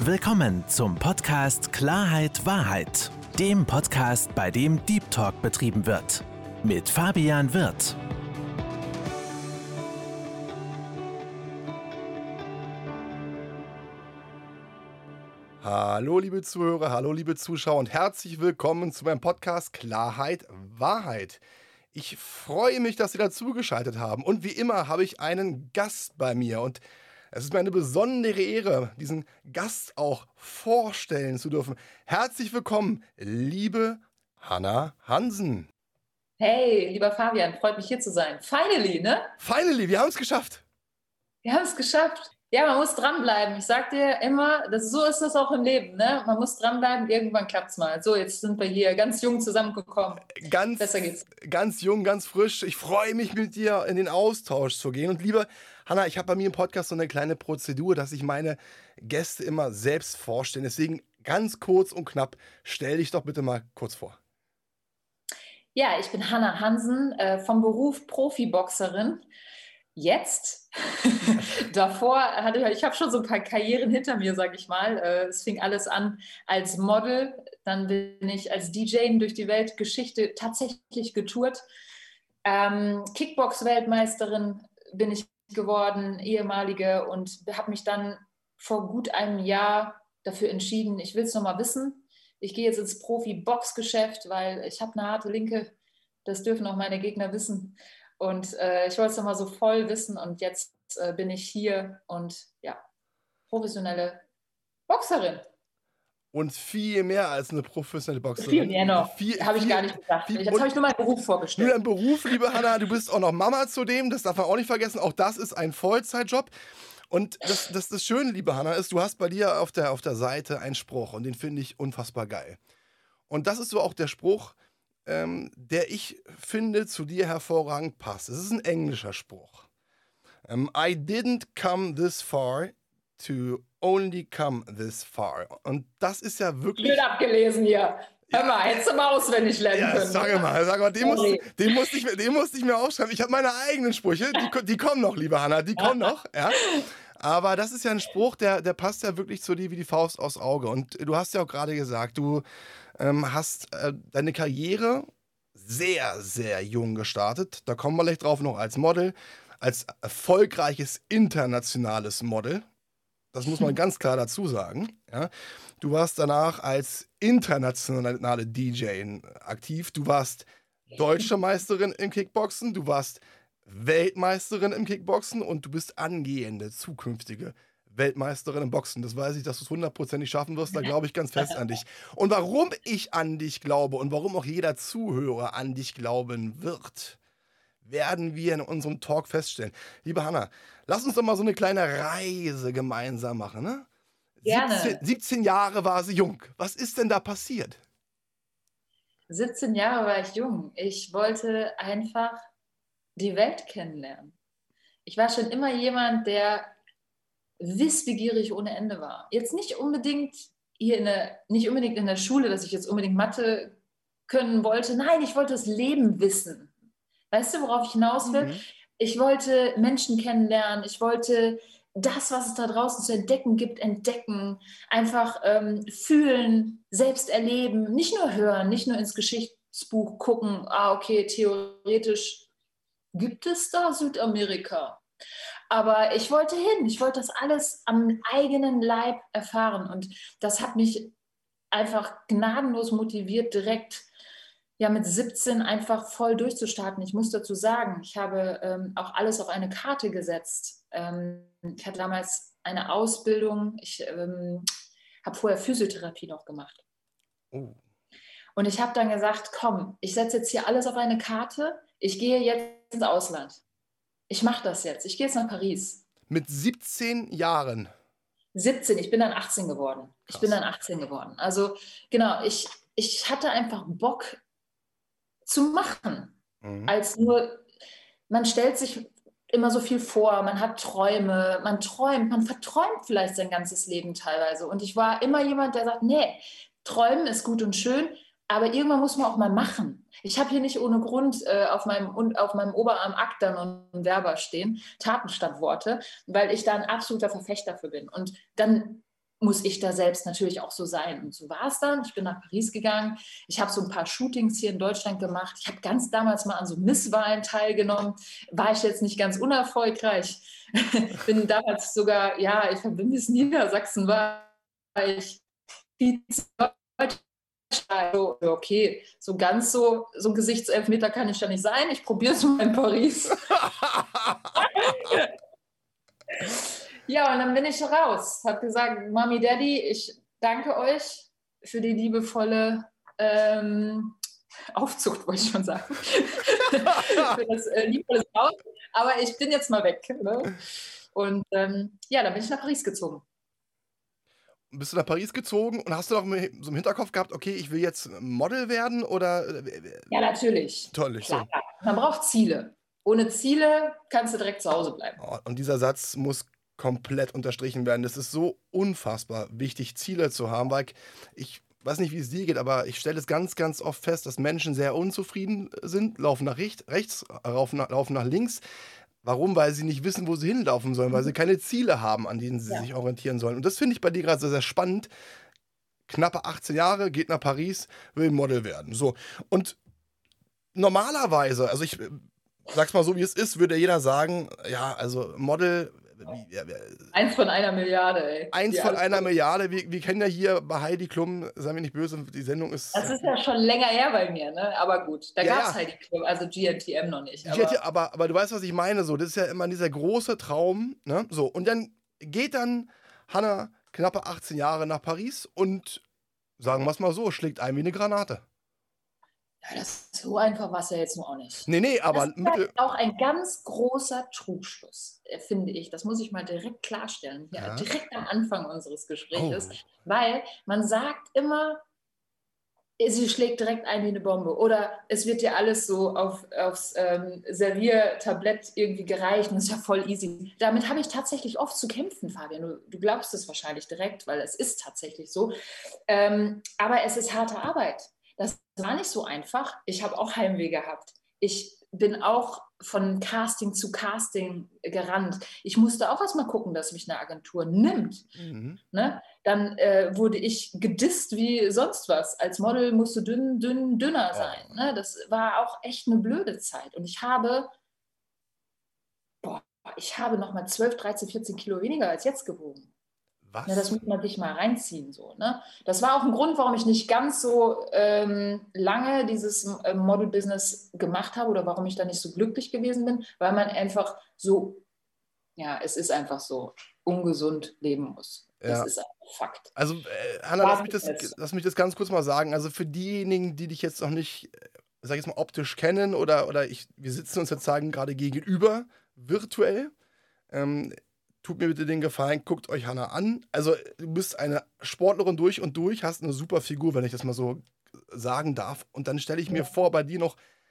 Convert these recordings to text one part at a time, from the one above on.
Willkommen zum Podcast Klarheit Wahrheit, dem Podcast, bei dem Deep Talk betrieben wird. Mit Fabian Wirth. Hallo liebe Zuhörer, hallo liebe Zuschauer und herzlich willkommen zu meinem Podcast Klarheit Wahrheit. Ich freue mich, dass Sie dazugeschaltet haben und wie immer habe ich einen Gast bei mir und es ist mir eine besondere Ehre, diesen Gast auch vorstellen zu dürfen. Herzlich willkommen, liebe Hanna Hansen. Hey, lieber Fabian, freut mich hier zu sein. Finally, ne? Finally, wir haben es geschafft. Wir haben es geschafft. Ja, man muss dranbleiben. Ich sag dir immer, so ist das auch im Leben, ne? Man muss dranbleiben, irgendwann klappt's mal. So, jetzt sind wir hier ganz jung zusammengekommen. Besser geht's. Ganz jung, ganz frisch. Ich freue mich, mit dir in den Austausch zu gehen. Und liebe Hanna, ich habe bei mir im Podcast so eine kleine Prozedur, dass ich meine Gäste immer selbst vorstelle. Deswegen ganz kurz und knapp, stell dich doch bitte mal kurz vor. Ja, ich bin Hanna Hansen, vom Beruf Profiboxerin. Jetzt. Davor ich habe schon so ein paar Karrieren hinter mir, sag ich mal. Es fing alles an als Model, dann bin ich als DJ durch die Weltgeschichte tatsächlich getourt. Kickbox-Weltmeisterin bin ich geworden, ehemalige, und habe mich dann vor gut einem Jahr dafür entschieden, ich will es nochmal wissen. Ich gehe jetzt ins Profi-Box-Geschäft, weil ich habe eine harte Linke. Das dürfen auch meine Gegner wissen. Und ich wollte es nochmal so voll wissen und jetzt bin ich hier und ja, professionelle Boxerin. Und viel mehr als eine professionelle Boxerin. Viel mehr noch. Habe ich gar nicht gedacht. Jetzt habe ich nur meinen Beruf vorgestellt. Nur dein Beruf, liebe Hanna, du bist auch noch Mama zudem, das darf man auch nicht vergessen. Auch das ist ein Vollzeitjob. Und das Schöne, liebe Hanna, ist, du hast bei dir auf der Seite einen Spruch und den finde ich unfassbar geil. Und das ist so auch der Spruch, der ich finde zu dir hervorragend passt. Es ist ein englischer Spruch. I didn't come this far to only come this far. Und das ist ja wirklich... Schön abgelesen hier. Hör mal, hättest du mal auswendig lernen können. Sag mal, den musste ich mir aufschreiben. Ich habe meine eigenen Sprüche, die kommen noch, liebe Hanna, die kommen noch. Ja. Aber das ist ja ein Spruch, der passt ja wirklich zu dir wie die Faust aufs Auge. Und du hast ja auch gerade gesagt, du hast deine Karriere sehr, sehr jung gestartet. Da kommen wir gleich drauf, noch als Model, als erfolgreiches internationales Model. Das muss man ganz klar dazu sagen. Ja. Du warst danach als internationale DJ aktiv. Du warst deutsche Meisterin im Kickboxen, du warst Weltmeisterin im Kickboxen und du bist angehende, zukünftige Weltmeisterin im Boxen. Das weiß ich, dass du es 100%ig schaffen wirst. Da glaube ich ganz fest an dich. Und warum ich an dich glaube und warum auch jeder Zuhörer an dich glauben wird, werden wir in unserem Talk feststellen. Liebe Hanna, lass uns doch mal so eine kleine Reise gemeinsam machen. Ne? Gerne. 17 Jahre war sie jung. Was ist denn da passiert? 17 Jahre war ich jung. Ich wollte einfach die Welt kennenlernen. Ich war schon immer jemand, der wissbegierig ohne Ende war. Jetzt nicht unbedingt in der Schule, dass ich jetzt unbedingt Mathe können wollte. Nein, ich wollte das Leben wissen. Weißt du, worauf ich hinaus will? Ich wollte Menschen kennenlernen. Ich wollte das, was es da draußen zu entdecken gibt, entdecken. Einfach fühlen, selbst erleben. Nicht nur hören, nicht nur ins Geschichtsbuch gucken. Okay, theoretisch gibt es da Südamerika. Aber ich wollte hin. Ich wollte das alles am eigenen Leib erfahren. Und das hat mich einfach gnadenlos motiviert, direkt mit 17 einfach voll durchzustarten. Ich muss dazu sagen, ich habe auch alles auf eine Karte gesetzt. Ich hatte damals eine Ausbildung. Ich habe vorher Physiotherapie noch gemacht. Oh. Und ich habe dann gesagt, komm, ich setze jetzt hier alles auf eine Karte. Ich gehe jetzt ins Ausland. Ich mache das jetzt. Ich gehe jetzt nach Paris. Mit 17 Jahren? 17, ich bin dann 18 geworden. Krass. Also genau, ich hatte einfach Bock zu machen. Als nur, man stellt sich immer so viel vor, man hat Träume, man träumt, man verträumt vielleicht sein ganzes Leben teilweise. Und ich war immer jemand, der sagt, nee, träumen ist gut und schön, aber irgendwann muss man auch mal machen. Ich habe hier nicht ohne Grund auf meinem Oberarm Aktern und Werber stehen, Taten statt Worte, weil ich da ein absoluter Verfechter für bin. Und dann muss ich da selbst natürlich auch so sein. Und so war es dann. Ich bin nach Paris gegangen. Ich habe so ein paar Shootings hier in Deutschland gemacht. Ich habe ganz damals mal an so Misswahlen teilgenommen. War ich jetzt nicht ganz unerfolgreich. Bin damals sogar, ja, ich bin Miss Niedersachsen, war ich Vize-Deutschland. So, okay, so ganz so ein Gesichtselfmeter kann ich ja nicht sein. Ich probiere es mal in Paris. Ja, und dann bin ich raus. Habe gesagt, Mami, Daddy, ich danke euch für die liebevolle Aufzucht, wollte ich schon sagen. Für das liebevolle Haus. Aber ich bin jetzt mal weg. Ne? Und ja, dann bin ich nach Paris gezogen. Bist du nach Paris gezogen und hast du noch so im Hinterkopf gehabt, okay, ich will jetzt Model werden oder? Ja, natürlich. Toll, klar. So. Man braucht Ziele. Ohne Ziele kannst du direkt zu Hause bleiben. Oh, und dieser Satz muss komplett unterstrichen werden. Das ist so unfassbar wichtig, Ziele zu haben, weil ich weiß nicht, wie es dir geht, aber ich stelle es ganz, ganz oft fest, dass Menschen sehr unzufrieden sind, laufen nach rechts, laufen nach links. Warum? Weil sie nicht wissen, wo sie hinlaufen sollen, weil sie keine Ziele haben, an denen sie sich orientieren sollen. Und das finde ich bei dir gerade sehr, sehr spannend. Knappe 18 Jahre, geht nach Paris, will Model werden. So. Und normalerweise, also ich sag's mal so, wie es ist, würde jeder sagen, ja, also Model. Eins von einer Milliarde, ey. Eins von einer Milliarde. Wir kennen ja hier bei Heidi Klum, seien wir nicht böse, die Sendung ist. Das ist ja schon länger her bei mir, ne? Aber gut, da gab es Heidi Klum, also GNTM noch nicht. Aber du weißt, was ich meine, so. Das ist ja immer dieser große Traum, ne? So, und dann geht Hannah knappe 18 Jahre nach Paris und, sagen wir es mal so, schlägt ein wie eine Granate. Ja, so einfach war es ja jetzt nur auch nicht. Nee, aber. Das ist auch ein ganz großer Trugschluss, finde ich. Das muss ich mal direkt klarstellen, hier direkt am Anfang unseres Gesprächs. Weil man sagt immer, sie schlägt direkt ein wie eine Bombe. Oder es wird dir alles so aufs Serviertablett irgendwie gereicht und das ist ja voll easy. Damit habe ich tatsächlich oft zu kämpfen, Fabian. Du glaubst es wahrscheinlich direkt, weil es ist tatsächlich so. Aber es ist harte Arbeit. Das war nicht so einfach. Ich habe auch Heimweh gehabt. Ich bin auch von Casting zu Casting gerannt. Ich musste auch erst mal gucken, dass mich eine Agentur nimmt. Mhm. Ne? Dann wurde ich gedisst wie sonst was. Als Model musst du dünner sein. Ne? Das war auch echt eine blöde Zeit. Und ich habe noch mal 12, 13, 14 Kilo weniger als jetzt gewogen. Was? Ja, das muss man sich mal reinziehen. So, ne? Das war auch ein Grund, warum ich nicht ganz so lange dieses Model-Business gemacht habe oder warum ich da nicht so glücklich gewesen bin, weil man einfach so, ja, es ist einfach so, ungesund leben muss. Das ist einfach Fakt. Also, Hannah, lass mich das ganz kurz mal sagen. Also für diejenigen, die dich jetzt noch nicht, sag ich jetzt mal, optisch kennen oder wir sitzen uns jetzt gerade gegenüber, virtuell, tut mir bitte den Gefallen, guckt euch Hannah an. Also, du bist eine Sportlerin durch und durch, hast eine super Figur, wenn ich das mal so sagen darf. Und dann stelle ich mir vor, bei dir noch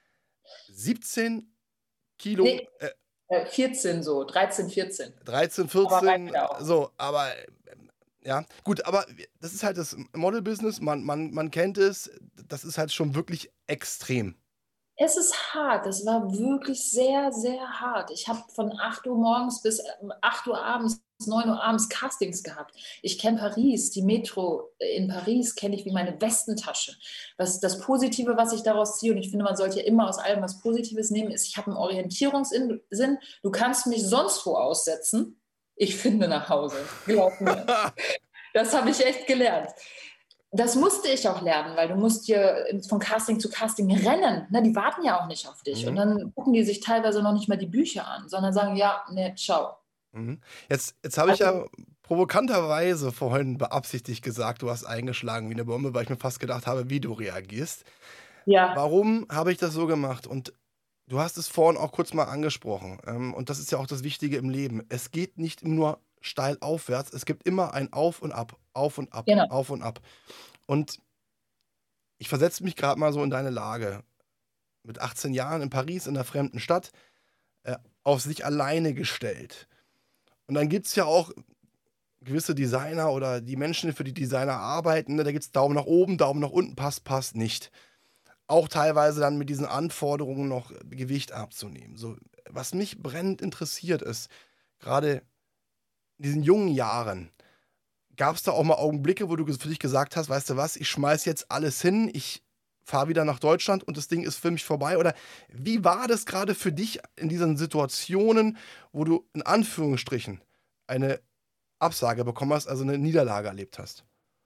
17 Kilo. Nee, 14 so, 13, 14. 13, 14, so, aber ja, gut, aber das ist halt das Model-Business, man kennt es, das ist halt schon wirklich extrem. Es ist hart, es war wirklich sehr, sehr hart. Ich habe von 8 Uhr morgens bis 8 Uhr abends, 9 Uhr abends Castings gehabt. Ich kenne Paris, die Metro in Paris kenne ich wie meine Westentasche. Das Positive, was ich daraus ziehe, und ich finde, man sollte ja immer aus allem was Positives nehmen, ist, ich habe einen Orientierungssinn. Du kannst mich sonst wo aussetzen. Ich finde nach Hause. Glaub mir. Das habe ich echt gelernt. Das musste ich auch lernen, weil du musst hier von Casting zu Casting rennen. Ne, die warten ja auch nicht auf dich. Mhm. Und dann gucken die sich teilweise noch nicht mal die Bücher an, sondern sagen, ja, ne, ciao. Mhm. Jetzt habe ich ja provokanterweise vorhin beabsichtigt gesagt, du hast eingeschlagen wie eine Bombe, weil ich mir fast gedacht habe, wie du reagierst. Ja. Warum habe ich das so gemacht? Und du hast es vorhin auch kurz mal angesprochen. Und das ist ja auch das Wichtige im Leben. Es geht nicht nur steil aufwärts, es gibt immer ein Auf und Ab, auf und ab, genau. Auf und ab. Und ich versetze mich gerade mal so in deine Lage. Mit 18 Jahren in Paris, in einer fremden Stadt, auf sich alleine gestellt. Und dann gibt es ja auch gewisse Designer oder die Menschen, für die Designer arbeiten, ne, da gibt es Daumen nach oben, Daumen nach unten, passt nicht. Auch teilweise dann mit diesen Anforderungen noch Gewicht abzunehmen. So, was mich brennend interessiert ist, gerade in diesen jungen Jahren, Gab es da auch mal Augenblicke, wo du für dich gesagt hast, weißt du was, ich schmeiß jetzt alles hin, ich fahre wieder nach Deutschland und das Ding ist für mich vorbei? Oder wie war das gerade für dich in diesen Situationen, wo du in Anführungsstrichen eine Absage bekommen hast, also eine Niederlage erlebt hast?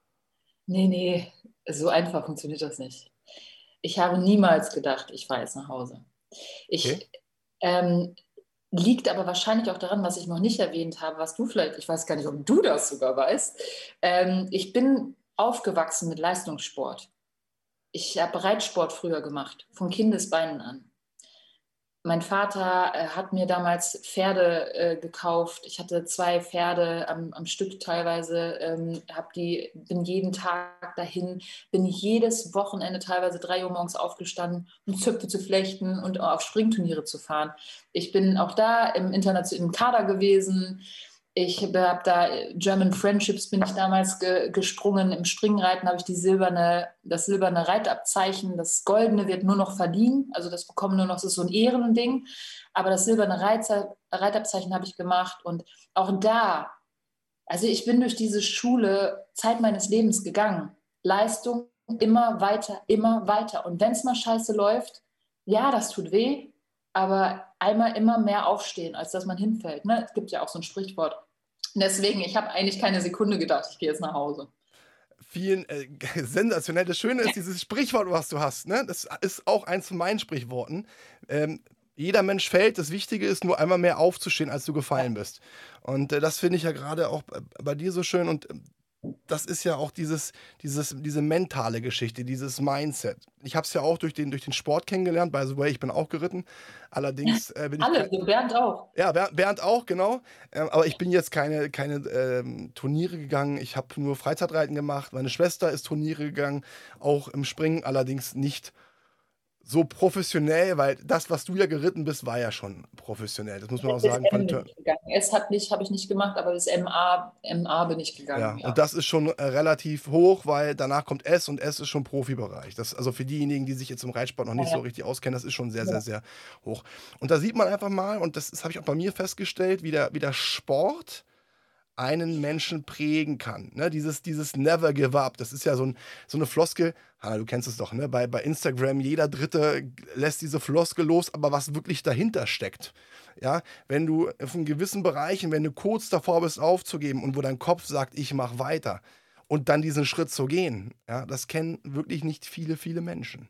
Nee, so einfach funktioniert das nicht. Ich habe niemals gedacht, ich fahre jetzt nach Hause. Okay? Ich ähm, liegt aber wahrscheinlich auch daran, was ich noch nicht erwähnt habe, was du vielleicht, ich weiß gar nicht, ob du das sogar weißt. Ich bin aufgewachsen mit Leistungssport. Ich habe Reitsport früher gemacht, von Kindesbeinen an. Mein Vater hat mir damals Pferde gekauft. Ich hatte 2 Pferde am Stück teilweise. Bin jeden Tag dahin, bin jedes Wochenende teilweise 3 Uhr morgens aufgestanden, um Zöpfe zu flechten und auf Springturniere zu fahren. Ich bin auch da im Kader gewesen. Ich habe da German Friendships bin ich damals gesprungen. Im Springreiten habe ich das silberne Reitabzeichen. Das goldene wird nur noch verliehen. Also das bekommen nur noch, das ist so ein Ehrending. Aber das silberne Reitabzeichen habe ich gemacht. Und auch da, also ich bin durch diese Schule Zeit meines Lebens gegangen. Leistung immer weiter, immer weiter. Und wenn es mal scheiße läuft, ja, das tut weh, aber einmal immer mehr aufstehen, als dass man hinfällt. Ne? Es gibt ja auch so ein Sprichwort. Deswegen, ich habe eigentlich keine Sekunde gedacht, ich gehe jetzt nach Hause. Vielen sensationell. Das Schöne ist dieses Sprichwort, was du hast. Ne? Das ist auch eins von meinen Sprichworten. Jeder Mensch fällt. Das Wichtige ist nur einmal mehr aufzustehen, als du gefallen bist. Und das finde ich ja gerade auch bei dir so schön. Und das ist ja auch diese mentale Geschichte, dieses Mindset. Ich habe es ja auch durch den Sport kennengelernt. By the way, ich bin auch geritten. Allerdings bin ich Alle, so Bernd auch. ja, Bernd auch, genau. Aber ich bin jetzt keine Turniere gegangen. Ich habe nur Freizeitreiten gemacht. Meine Schwester ist Turniere gegangen, auch im Springen, allerdings nicht so professionell, weil das, was du ja geritten bist, war ja schon professionell. Das muss man auch Bis sagen. M bin ich gegangen. Habe ich nicht gemacht, aber bis MA bin ich Ja, gegangen, und ja. das ist schon relativ hoch, weil danach kommt S und S ist schon Profibereich. Das, also für diejenigen, die sich jetzt im Reitsport noch Ja, nicht so ja. richtig auskennen, das ist schon sehr, sehr, Ja. sehr hoch. Und da sieht man einfach mal, und das habe ich auch bei mir festgestellt, wie der Sport einen Menschen prägen kann. Ne? Dieses Never Give Up, das ist ja so eine Floskel, du kennst es doch, ne? Bei Instagram, jeder Dritte lässt diese Floskel los, aber was wirklich dahinter steckt. Ja, wenn du in gewissen Bereichen, wenn du kurz davor bist aufzugeben und wo dein Kopf sagt, ich mach weiter und dann diesen Schritt zu gehen, ja, das kennen wirklich nicht viele, viele Menschen.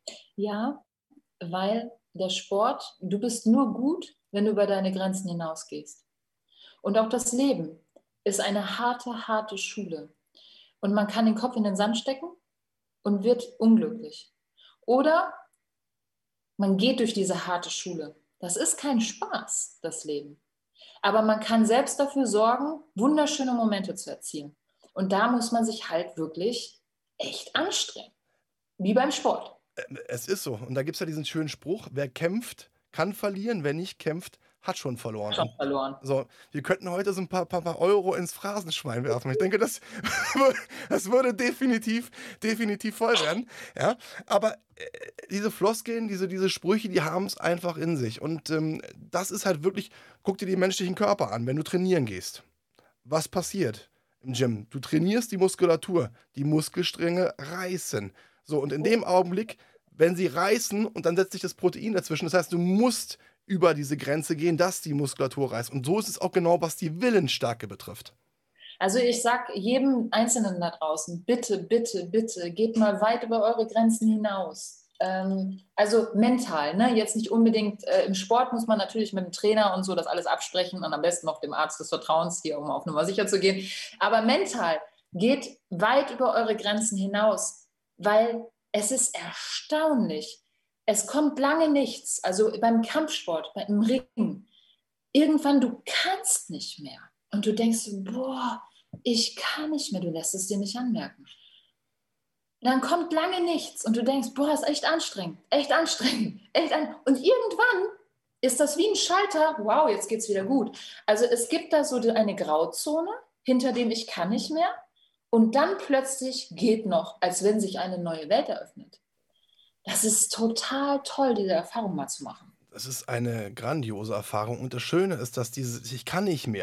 Ja, weil der Sport, du bist nur gut, wenn du über deine Grenzen hinausgehst. Und auch das Leben ist eine harte, harte Schule. Und man kann den Kopf in den Sand stecken und wird unglücklich. Oder man geht durch diese harte Schule. Das ist kein Spaß, das Leben. Aber man kann selbst dafür sorgen, wunderschöne Momente zu erzielen. Und da muss man sich halt wirklich echt anstrengen. Wie beim Sport. Es ist so. Und da gibt es ja diesen schönen Spruch, wer kämpft, kann verlieren, wer nicht kämpft, hat schon verloren. Schon Und verloren. so, wir könnten heute so ein paar Euro ins Phrasenschwein werfen. Ich denke, das würde definitiv voll werden. Ja? Aber diese Floskeln, diese Sprüche, die haben es einfach in sich. Und das ist halt wirklich, guck dir den menschlichen Körper an, wenn du trainieren gehst. Was passiert im Gym? Du trainierst die Muskulatur, die Muskelstränge reißen. So, und in dem Augenblick, wenn sie reißen und dann setzt sich das Protein dazwischen, das heißt, du musst über diese Grenze gehen, dass die Muskulatur reißt. Und so ist es auch genau, was die Willensstärke betrifft. Also ich sage jedem Einzelnen da draußen, bitte, bitte, bitte, geht mal weit über eure Grenzen hinaus. Also mental, ne? Jetzt nicht unbedingt, im Sport muss man natürlich mit dem Trainer und so das alles absprechen und am besten noch dem Arzt des Vertrauens hier, um auf Nummer sicher zu gehen. Aber mental, geht weit über eure Grenzen hinaus, weil es ist erstaunlich. Es kommt lange nichts, also beim Kampfsport, beim Ringen. Irgendwann, du kannst nicht mehr. Und du denkst, boah, ich kann nicht mehr, du lässt es dir nicht anmerken. Dann kommt lange nichts und du denkst, boah, ist echt anstrengend, echt anstrengend, echt an. Und irgendwann ist das wie ein Schalter, wow, jetzt geht's wieder gut. Also es gibt da so eine Grauzone, hinter dem ich kann nicht mehr und dann plötzlich geht noch, als wenn sich eine neue Welt eröffnet. Das ist total toll, diese Erfahrung mal zu machen. Das ist eine grandiose Erfahrung. Und das Schöne ist, dass dieses Ich kann nicht mehr,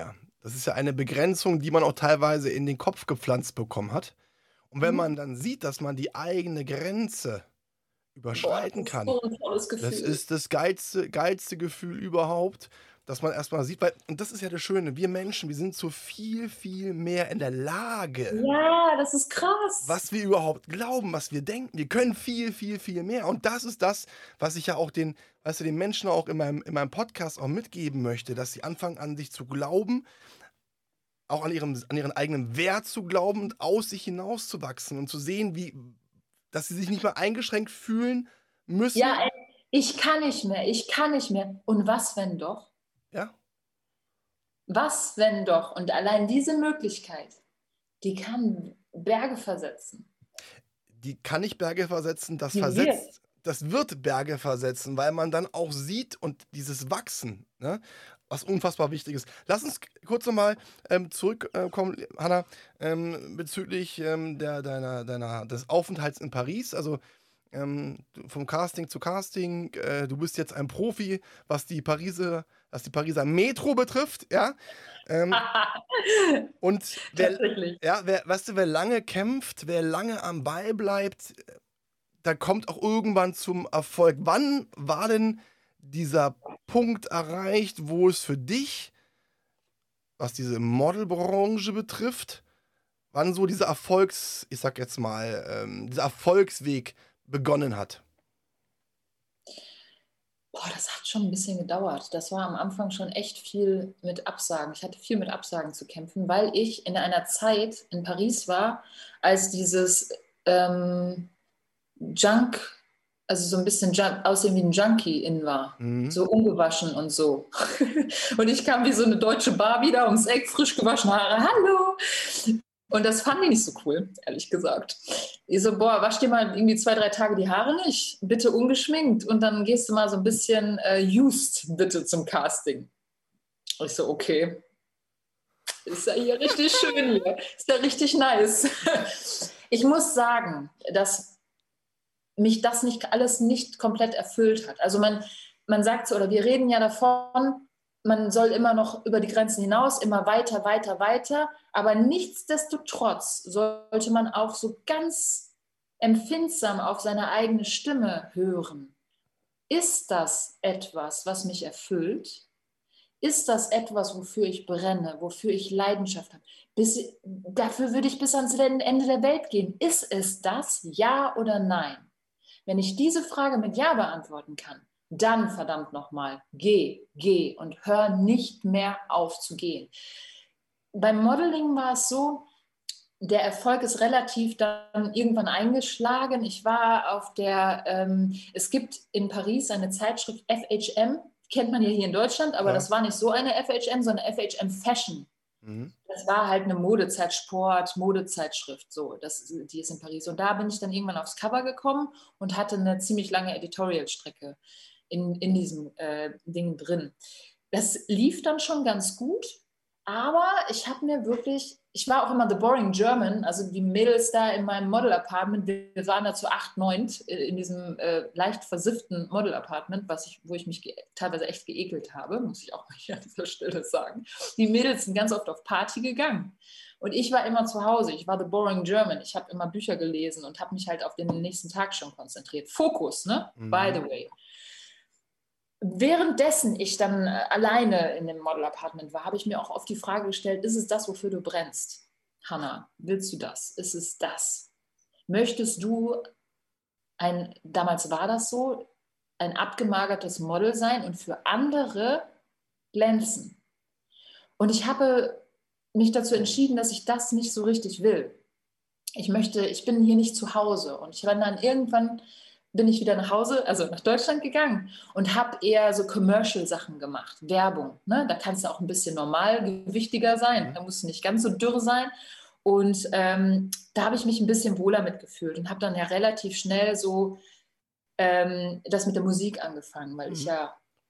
Das ist ja eine Begrenzung, die man auch teilweise in den Kopf gepflanzt bekommen hat. Und wenn man dann sieht, dass man die eigene Grenze Boah, überschreiten das ist kann, so ein tolles das Gefühl. ist das geilste Gefühl überhaupt, dass man erstmal sieht, weil, und das ist ja das Schöne, wir Menschen, wir sind so viel, viel mehr in der Lage, Ja, das ist krass. was wir überhaupt glauben, was wir denken. Wir können viel, viel, viel mehr. Und das ist das, was ich ja auch den Menschen auch in meinem Podcast auch mitgeben möchte, dass sie anfangen an sich zu glauben, auch an ihren eigenen Wert zu glauben und aus sich hinauszuwachsen und zu sehen, dass sie sich nicht mehr eingeschränkt fühlen müssen. Ja, ey, ich kann nicht mehr, ich kann nicht mehr. Und was, wenn doch? Ja, Was, wenn doch? Und allein diese Möglichkeit, die kann Berge versetzen. die kann nicht Berge versetzen, Die wird. das wird Berge versetzen, weil man dann auch sieht und dieses Wachsen, ne, was unfassbar wichtig ist. Lass uns kurz nochmal zurückkommen, Hanna, bezüglich des Aufenthalts in Paris. Also vom Casting zu Casting, du bist jetzt ein Profi, was die Pariser Metro betrifft, ja. Und Tatsächlich. weißt du, wer lange kämpft, wer lange am Ball bleibt, da kommt auch irgendwann zum Erfolg. Wann war denn dieser Punkt erreicht, wo es für dich, was diese Modelbranche betrifft, wann so dieser ich sag jetzt mal, dieser Erfolgsweg begonnen hat? Boah, das hat schon ein bisschen gedauert. Das war am Anfang schon echt viel mit Absagen. Ich hatte viel mit Absagen zu kämpfen, weil ich in einer Zeit in Paris war, als dieses Junk, also so ein bisschen aussehen wie ein Junkie in war. Mhm. So ungewaschen und so. Und ich kam wie so eine deutsche Barbie da ums Eck, frisch gewaschen Haare. Hallo! Und das fand ich nicht so cool, ehrlich gesagt. Ich so, boah, wasch dir mal irgendwie 2, 3 Tage die Haare nicht, bitte ungeschminkt und dann gehst du mal so ein bisschen used bitte zum Casting. Ich so, okay. Ist ja hier richtig schön hier. Ist ja richtig nice. Ich muss sagen, dass mich das nicht alles nicht komplett erfüllt hat. Also man sagt so, oder wir reden ja davon, man soll immer noch über die Grenzen hinaus, immer weiter, weiter, weiter. Aber nichtsdestotrotz sollte man auch so ganz empfindsam auf seine eigene Stimme hören. Ist das etwas, was mich erfüllt? Ist das etwas, wofür ich brenne, wofür ich Leidenschaft habe? Dafür würde ich bis ans Ende der Welt gehen. Ist es das? Ja oder nein? Wenn ich diese Frage mit Ja beantworten kann, dann verdammt nochmal, geh und hör nicht mehr auf zu gehen. Beim Modeling war es so, der Erfolg ist relativ dann irgendwann eingeschlagen. Ich war auf es gibt in Paris eine Zeitschrift FHM, kennt man ja hier in Deutschland, aber das war nicht so eine FHM, sondern FHM Fashion. Das war halt eine Modezeitschrift, so, die ist in Paris. Und da bin ich dann irgendwann aufs Cover gekommen und hatte eine ziemlich lange Editorial-Strecke in diesem Ding drin. Das lief dann schon ganz gut, aber ich war auch immer the boring German, also die Mädels da in meinem Model-Apartment, wir waren da zu 8, 9 in diesem leicht versifften Model-Apartment, wo ich mich teilweise echt geekelt habe, muss ich auch mal hier an dieser Stelle sagen. Die Mädels sind ganz oft auf Party gegangen. Und ich war immer zu Hause, ich war the boring German, ich habe immer Bücher gelesen und habe mich halt auf den nächsten Tag schon konzentriert. Fokus, ne? By the way. Währenddessen ich dann alleine in dem Model-Apartment war, habe ich mir auch oft die Frage gestellt, ist es das, wofür du brennst? Hanna, willst du das? Ist es das? Möchtest du damals war das so, ein abgemagertes Model sein und für andere glänzen? Und ich habe mich dazu entschieden, dass ich das nicht so richtig will. Ich bin hier nicht zu Hause. Und irgendwann bin ich wieder nach Hause, also nach Deutschland gegangen und habe eher so Commercial-Sachen gemacht, Werbung. Ne? Da kannst du auch ein bisschen normalgewichtiger sein, da musst du nicht ganz so dürr sein. Und da habe ich mich ein bisschen wohler mitgefühlt und habe dann ja relativ schnell so das mit der Musik angefangen, weil ich ja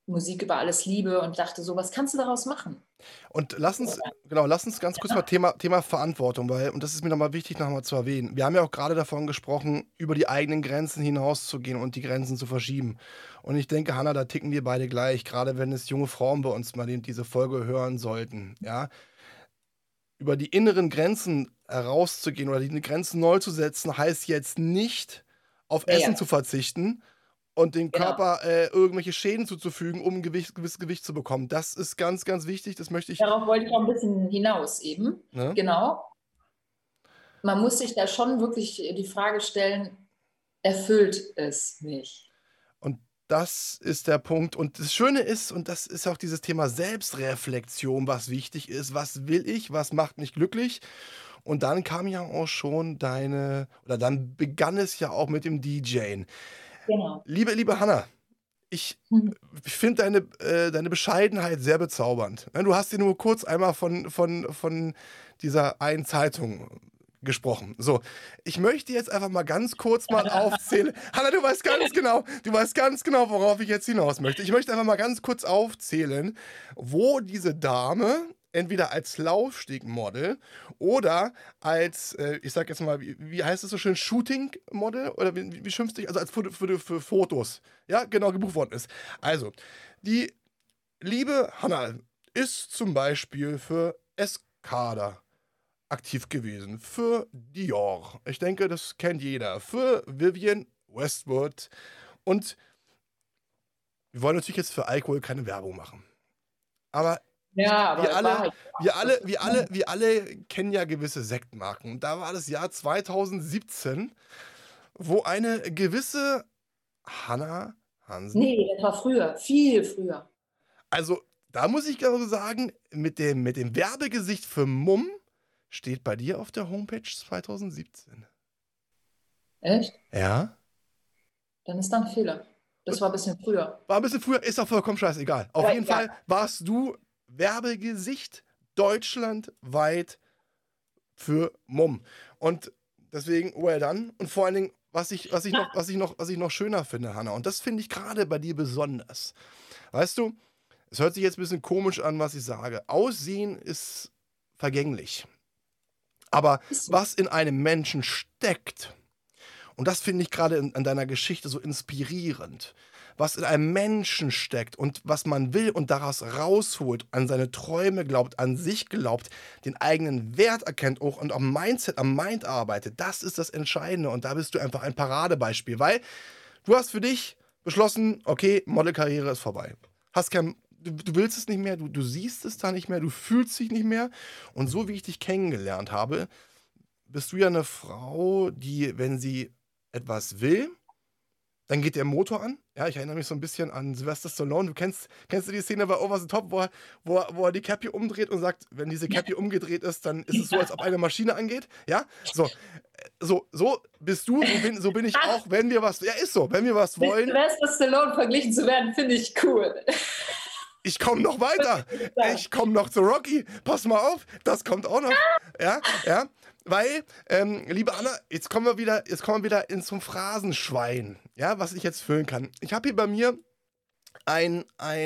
Musik über alles liebe und dachte so, was kannst du daraus machen? Und lass uns ganz kurz mal Thema Verantwortung, und das ist mir nochmal wichtig, nochmal zu erwähnen. Wir haben ja auch gerade davon gesprochen, über die eigenen Grenzen hinauszugehen und die Grenzen zu verschieben. Und ich denke, Hanna, da ticken wir beide gleich, gerade wenn es junge Frauen bei uns mal diese Folge hören sollten, ja. Über die inneren Grenzen herauszugehen oder die Grenzen neu zu setzen, heißt jetzt nicht, auf Essen zu verzichten und dem Körper irgendwelche Schäden zuzufügen, um ein gewisses Gewicht zu bekommen. Das ist ganz, ganz wichtig. Das möchte ich. Darauf wollte ich auch ein bisschen hinaus eben. Ne? Genau. Man muss sich da schon wirklich die Frage stellen, erfüllt es mich? Und das ist der Punkt. Und das Schöne ist, und das ist auch dieses Thema Selbstreflexion, was wichtig ist. Was will ich? Was macht mich glücklich? Und dann kam ja auch schon dann begann es ja auch mit dem DJen. Genau. Liebe Hanna, ich finde deine Bescheidenheit sehr bezaubernd. Du hast dir nur kurz einmal von dieser einen Zeitung gesprochen. So, ich möchte jetzt einfach mal ganz kurz mal aufzählen. Hanna, du weißt ganz genau, worauf ich jetzt hinaus möchte. Ich möchte einfach mal ganz kurz aufzählen, wo diese Dame entweder als Laufstegmodel oder als, ich sag jetzt mal, wie heißt es so schön, Shooting-Model? Oder wie schimpfst du dich? Also als für Fotos. Ja, genau, gebucht worden ist. Also, die liebe Hanna ist zum Beispiel für Escada aktiv gewesen, für Dior. Ich denke, das kennt jeder. Für Vivienne Westwood. Und wir wollen natürlich jetzt für Alkohol keine Werbung machen. Aber ja, aber wir alle kennen ja gewisse Sektmarken. Und da war das Jahr 2017, wo eine gewisse Hanna Hansen. Nee, das war früher, viel früher. Also, da muss ich gerade sagen, mit dem Werbegesicht für Mumm steht bei dir auf der Homepage 2017. Echt? Ja? Dann ist da ein Fehler. Das war ein bisschen früher. War ein bisschen früher, ist auch vollkommen scheißegal. Auf jeden Fall warst du Werbegesicht deutschlandweit für Mumm. Und deswegen, well done. Und vor allen Dingen, was ich noch schöner finde, Hanna, und das finde ich gerade bei dir besonders. Weißt du, es hört sich jetzt ein bisschen komisch an, was ich sage. Aussehen ist vergänglich. Aber was in einem Menschen steckt, und das finde ich gerade an deiner Geschichte so inspirierend, was in einem Menschen steckt und was man will und daraus rausholt, an seine Träume glaubt, an sich glaubt, den eigenen Wert erkennt auch und am Mindset, am Mind arbeitet, das ist das Entscheidende. Und da bist du einfach ein Paradebeispiel, weil du hast für dich beschlossen, okay, Modelkarriere ist vorbei. Du willst es nicht mehr, du siehst es da nicht mehr, du fühlst dich nicht mehr. Und so wie ich dich kennengelernt habe, bist du ja eine Frau, die, wenn sie etwas will, dann geht der Motor an. Ja, ich erinnere mich so ein bisschen an Sylvester Stallone. Kennst du die Szene bei Over the Top, wo er die Cappy umdreht und sagt, wenn diese Cappy umgedreht ist, dann ist es so, als ob eine Maschine angeht. Ja, so bist du, so bin ich auch, wenn wir was, ja, ist so, wenn wir was wollen. Mit Sylvester Stallone verglichen zu werden, finde ich cool. Ich komme noch weiter. Ich komme noch zu Rocky. Pass mal auf, das kommt auch noch. Ja. Weil, liebe Anna, jetzt kommen wir wieder zum Phrasenschwein, ja, was ich jetzt füllen kann. Ich habe hier bei mir ein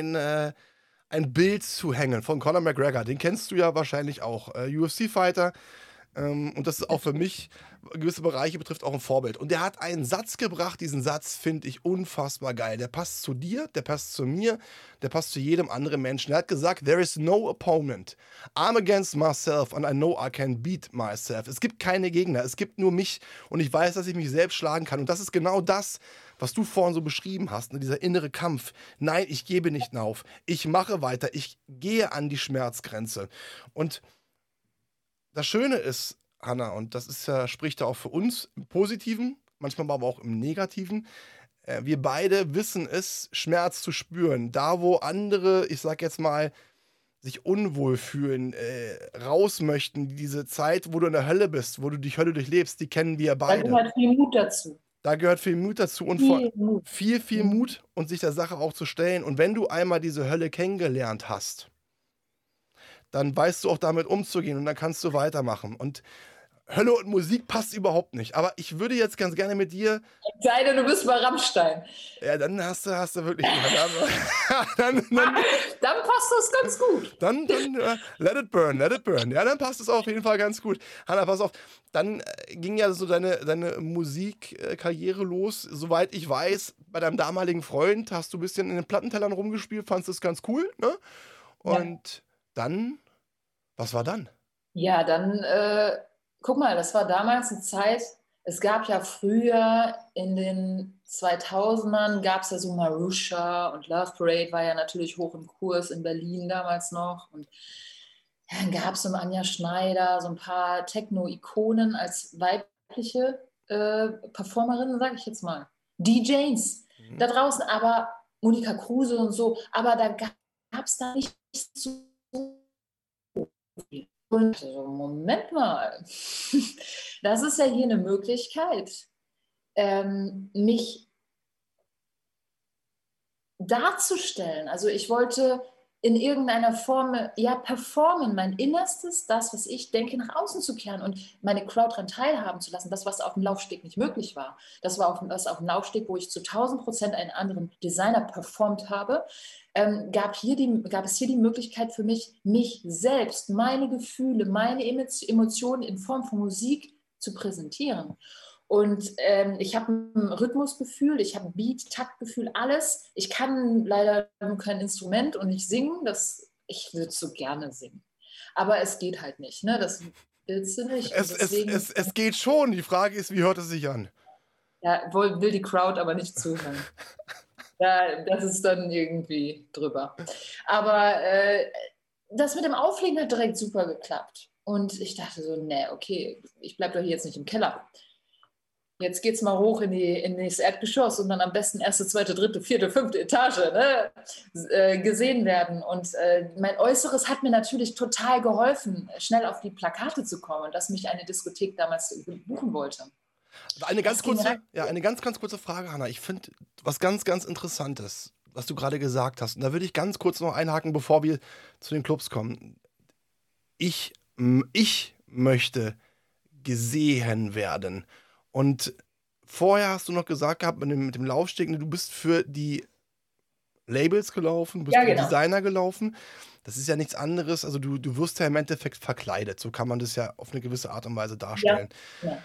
Bild zu hängen von Conor McGregor. Den kennst du ja wahrscheinlich auch. UFC-Fighter. Und das ist auch für mich, gewisse Bereiche betrifft, auch ein Vorbild. Und der hat einen Satz gebracht, diesen Satz finde ich unfassbar geil. Der passt zu dir, der passt zu mir, der passt zu jedem anderen Menschen. Er hat gesagt, there is no opponent. I'm against myself and I know I can beat myself. Es gibt keine Gegner, es gibt nur mich und ich weiß, dass ich mich selbst schlagen kann. Und das ist genau das, was du vorhin so beschrieben hast, ne? Dieser innere Kampf. Nein, ich gebe nicht auf. Ich mache weiter. Ich gehe an die Schmerzgrenze. Und das Schöne ist, Hanna, und das ist spricht ja auch für uns im Positiven, manchmal aber auch im Negativen, wir beide wissen es, Schmerz zu spüren. Da, wo andere, ich sag jetzt mal, sich unwohl fühlen, raus möchten, diese Zeit, wo du in der Hölle bist, wo du die Hölle durchlebst, die kennen wir beide. Da gehört viel Mut dazu. Da gehört viel Mut dazu und viel Mut und sich der Sache auch zu stellen. Und wenn du einmal diese Hölle kennengelernt hast, dann weißt du auch damit umzugehen und dann kannst du weitermachen. Und Hölle und Musik passt überhaupt nicht. Aber ich würde jetzt ganz gerne mit dir. Sei denn, du bist bei Rammstein. Ja, dann hast du wirklich. Dann passt das ganz gut. Dann let it burn, let it burn. Ja, dann passt es auf jeden Fall ganz gut. Hanna, pass auf. Dann ging ja so deine Musikkarriere los. Soweit ich weiß, bei deinem damaligen Freund hast du ein bisschen in den Plattentellern rumgespielt, fandest das ganz cool, ne? Und dann, was war dann? Ja, dann, guck mal, das war damals eine Zeit, es gab ja früher in den 2000ern, gab es ja so Marusha und Love Parade war ja natürlich hoch im Kurs in Berlin damals noch. Und dann gab es so Anja Schneider, so ein paar Techno-Ikonen als weibliche Performerinnen, sage ich jetzt mal. DJs da draußen, aber Monika Kruse und so, aber da gab es da nicht so viel. Und so, Moment mal, das ist ja hier eine Möglichkeit, mich darzustellen. Also ich wollte in irgendeiner Form performen, mein Innerstes, das, was ich denke, nach außen zu kehren und meine Crowd daran teilhaben zu lassen, das, was auf dem Laufsteg nicht möglich war. Das war was auf dem Laufsteg, wo ich zu 1000% einen anderen Designer performt habe, gab es hier die Möglichkeit für mich selbst, meine Gefühle, meine Emotionen in Form von Musik zu präsentieren. Und ich habe ein Rhythmusgefühl, ich habe ein Beat, Taktgefühl, alles. Ich kann leider kein Instrument und nicht singen. Ich würde so gerne singen. Aber es geht halt nicht, ne? Das willst du nicht. Es geht schon. Die Frage ist, wie hört es sich an? Ja, will die Crowd aber nicht zuhören. Ja, das ist dann irgendwie drüber. Aber das mit dem Auflegen hat direkt super geklappt. Und ich dachte so, nee, okay, ich bleibe doch hier jetzt nicht im Keller. Jetzt geht's mal hoch in das Erdgeschoss und dann am besten erste, zweite, dritte, vierte, fünfte Etage, ne, gesehen werden. Und mein Äußeres hat mir natürlich total geholfen, schnell auf die Plakate zu kommen, dass mich eine Diskothek damals buchen wollte. Eine ganz kurze Frage, Hanna. Ich finde was ganz, ganz Interessantes, was du gerade gesagt hast. Und da würde ich ganz kurz noch einhaken, bevor wir zu den Clubs kommen. Ich möchte gesehen werden. Und vorher hast du noch gesagt gehabt, mit dem Laufsteg, du bist für die Labels gelaufen, bist für die Designer gelaufen. Das ist ja nichts anderes. Also du wirst ja im Endeffekt verkleidet. So kann man das ja auf eine gewisse Art und Weise darstellen. Ja.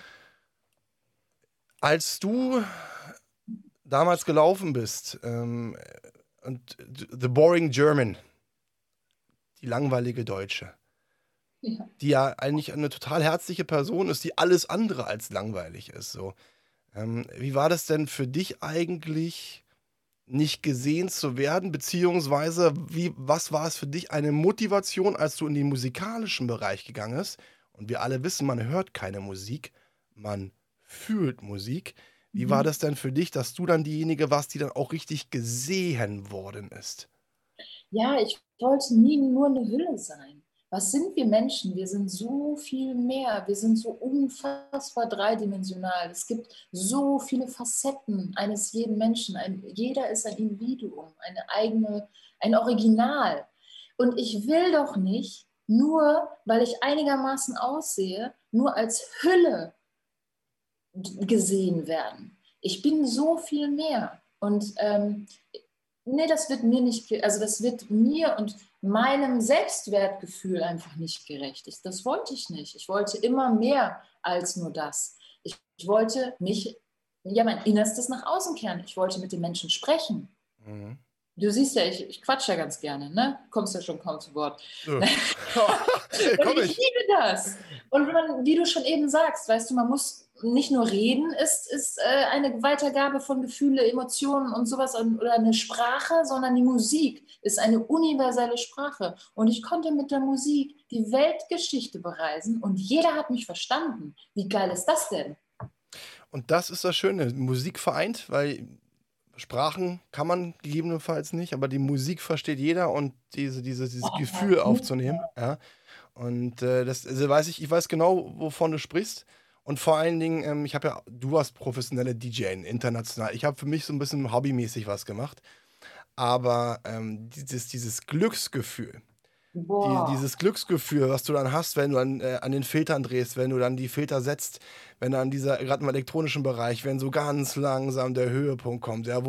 Als du damals gelaufen bist und The Boring German, die langweilige Deutsche, die ja eigentlich eine total herzliche Person ist, die alles andere als langweilig ist. So. Wie war das denn für dich eigentlich, nicht gesehen zu werden? Beziehungsweise, was war es für dich eine Motivation, als du in den musikalischen Bereich gegangen bist? Und wir alle wissen, man hört keine Musik, man fühlt Musik. Wie war das denn für dich, dass du dann diejenige warst, die dann auch richtig gesehen worden ist? Ja, ich wollte nie nur eine Hülle sein. Was sind wir Menschen? Wir sind so viel mehr. Wir sind so unfassbar dreidimensional. Es gibt so viele Facetten eines jeden Menschen. Jeder ist ein Individuum, ein Original. Und ich will doch nicht, nur weil ich einigermaßen aussehe, nur als Hülle gesehen werden. Ich bin so viel mehr. Und nee, das wird mir und meinem Selbstwertgefühl einfach nicht gerecht. Das wollte ich nicht. Ich wollte immer mehr als nur das. Ich wollte mein Innerstes nach außen kehren. Ich wollte mit den Menschen sprechen. Mhm. Du siehst ja, ich quatsche ja ganz gerne, ne? Kommst ja schon kaum zu Wort. Ja. Und ich liebe das. Und wie du schon eben sagst, weißt du, man muss nicht nur reden, ist eine Weitergabe von Gefühle, Emotionen und sowas oder eine Sprache, sondern die Musik ist eine universelle Sprache. Und ich konnte mit der Musik die Weltgeschichte bereisen und jeder hat mich verstanden. Wie geil ist das denn? Und das ist das Schöne, Musik vereint, weil Sprachen kann man gegebenenfalls nicht, aber die Musik versteht jeder und dieses Gefühl aufzunehmen. Ja. Und ich weiß genau, wovon du sprichst. Und vor allen Dingen, du warst professionelle DJ international. Ich habe für mich so ein bisschen hobbymäßig was gemacht. Aber dieses Glücksgefühl, Boah. Dieses Glücksgefühl, was du dann hast, wenn du an den Filtern drehst, wenn du dann die Filter setzt, wenn dann gerade im elektronischen Bereich, wenn so ganz langsam der Höhepunkt kommt, ja,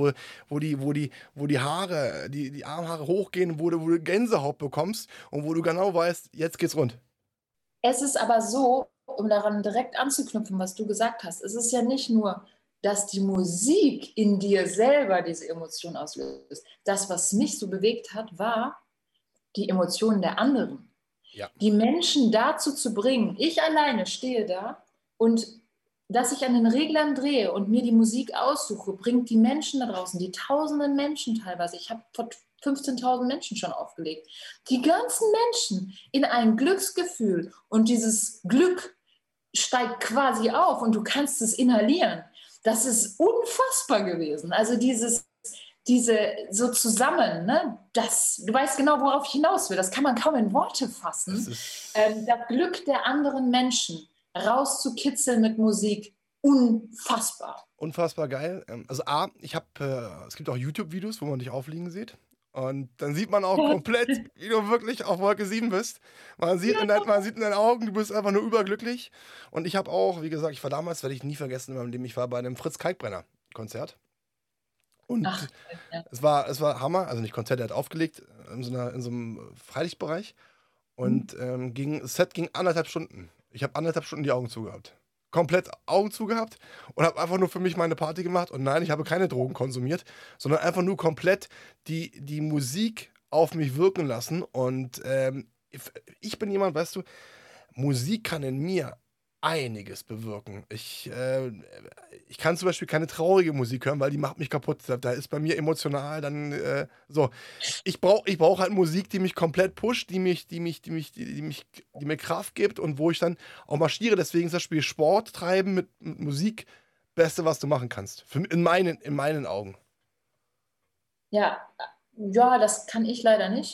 wo die Haare, die Armhaare hochgehen, wo du Gänsehaut bekommst und wo du genau weißt, jetzt geht's rund. Es ist aber so, um daran direkt anzuknüpfen, was du gesagt hast, es ist ja nicht nur, dass die Musik in dir selber diese Emotion auslöst. Das, was mich so bewegt hat, war die Emotionen der anderen. Ja. Die Menschen dazu zu bringen, ich alleine stehe da und dass ich an den Reglern drehe und mir die Musik aussuche, bringt die Menschen da draußen, die tausenden Menschen teilweise, ich habe vor 15.000 Menschen schon aufgelegt, die ganzen Menschen in ein Glücksgefühl und dieses Glück steigt quasi auf und du kannst es inhalieren. Das ist unfassbar gewesen. Also diese so zusammen, ne? Du weißt genau, worauf ich hinaus will. Das kann man kaum in Worte fassen. Das Glück der anderen Menschen rauszukitzeln mit Musik, unfassbar. Unfassbar geil. Also es gibt auch YouTube-Videos, wo man dich aufliegen sieht. Und dann sieht man auch komplett, wie du wirklich auf Wolke 7 bist. Man sieht in deinen Augen, du bist einfach nur überglücklich. Und ich habe auch, wie gesagt, ich war damals, werde ich nie vergessen in meinem Leben, ich war bei einem Fritz Kalkbrenner-Konzert. Und Ach, ja. es war Hammer, also nicht Konzert, er hat aufgelegt in so einem Freilichtbereich. Und das Set ging 1,5 Stunden. Ich habe 1,5 Stunden die Augen zugehabt. Komplett Augen zugehabt und habe einfach nur für mich meine Party gemacht. Und nein, ich habe keine Drogen konsumiert, sondern einfach nur komplett die Musik auf mich wirken lassen. Und ich bin jemand, weißt du, Musik kann in mir einiges bewirken. Ich kann zum Beispiel keine traurige Musik hören, weil die macht mich kaputt. Da ist bei mir emotional dann so. Ich brauch halt Musik, die mich komplett pusht, die mir Kraft gibt und wo ich dann auch marschiere. Deswegen ist das Spiel Sport treiben mit Musik Beste, was du machen kannst. In meinen Augen. Ja, das kann ich leider nicht.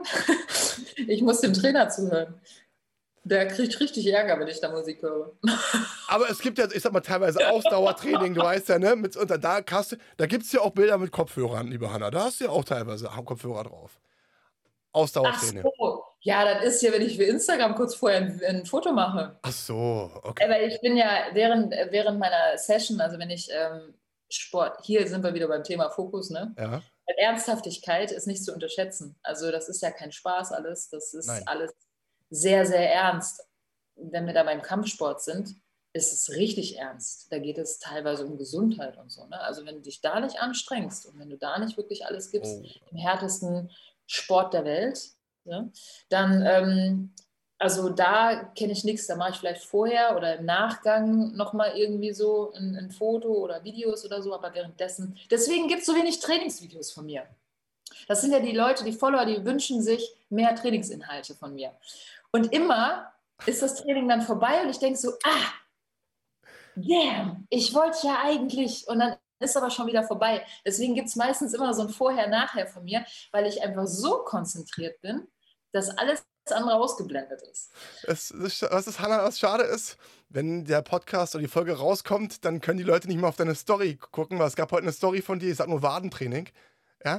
Ich muss dem Trainer zuhören. Der kriegt richtig Ärger, wenn ich da Musik höre. Aber es gibt ja, ich sag mal, teilweise Ausdauertraining, du weißt ja, ne? Da gibt es ja auch Bilder mit Kopfhörern, liebe Hanna. Da hast du ja auch teilweise Kopfhörer drauf. Ach Ausdauertraining. so. Ja, das ist ja, wenn ich für Instagram kurz vorher ein Foto mache. Ach so, okay. Weil ich bin ja während meiner Session, also wenn ich Sport, hier sind wir wieder beim Thema Fokus, ne? Ja. Ernsthaftigkeit ist nicht zu unterschätzen. Also das ist ja kein Spaß alles, das ist Nein. alles sehr, sehr ernst. Wenn wir da beim Kampfsport sind, ist es richtig ernst. Da geht es teilweise um Gesundheit und so. Ne? Also wenn du dich da nicht anstrengst und wenn du da nicht wirklich alles gibst, im härtesten Sport der Welt, ja, dann, also da kenne ich nichts. Da mache ich vielleicht vorher oder im Nachgang nochmal irgendwie so ein Foto oder Videos oder so, aber währenddessen. Deswegen gibt es so wenig Trainingsvideos von mir. Das sind ja die Leute, die Follower, die wünschen sich mehr Trainingsinhalte von mir. Und immer ist das Training dann vorbei und ich denke so, damn, ich wollte ja eigentlich, und dann ist aber schon wieder vorbei. Deswegen gibt es meistens immer so ein Vorher-Nachher von mir, weil ich einfach so konzentriert bin, dass alles andere ausgeblendet ist. Was schade ist, wenn der Podcast oder die Folge rauskommt, dann können die Leute nicht mehr auf deine Story gucken, weil es gab heute eine Story von dir, ich sag nur Wadentraining. Ja?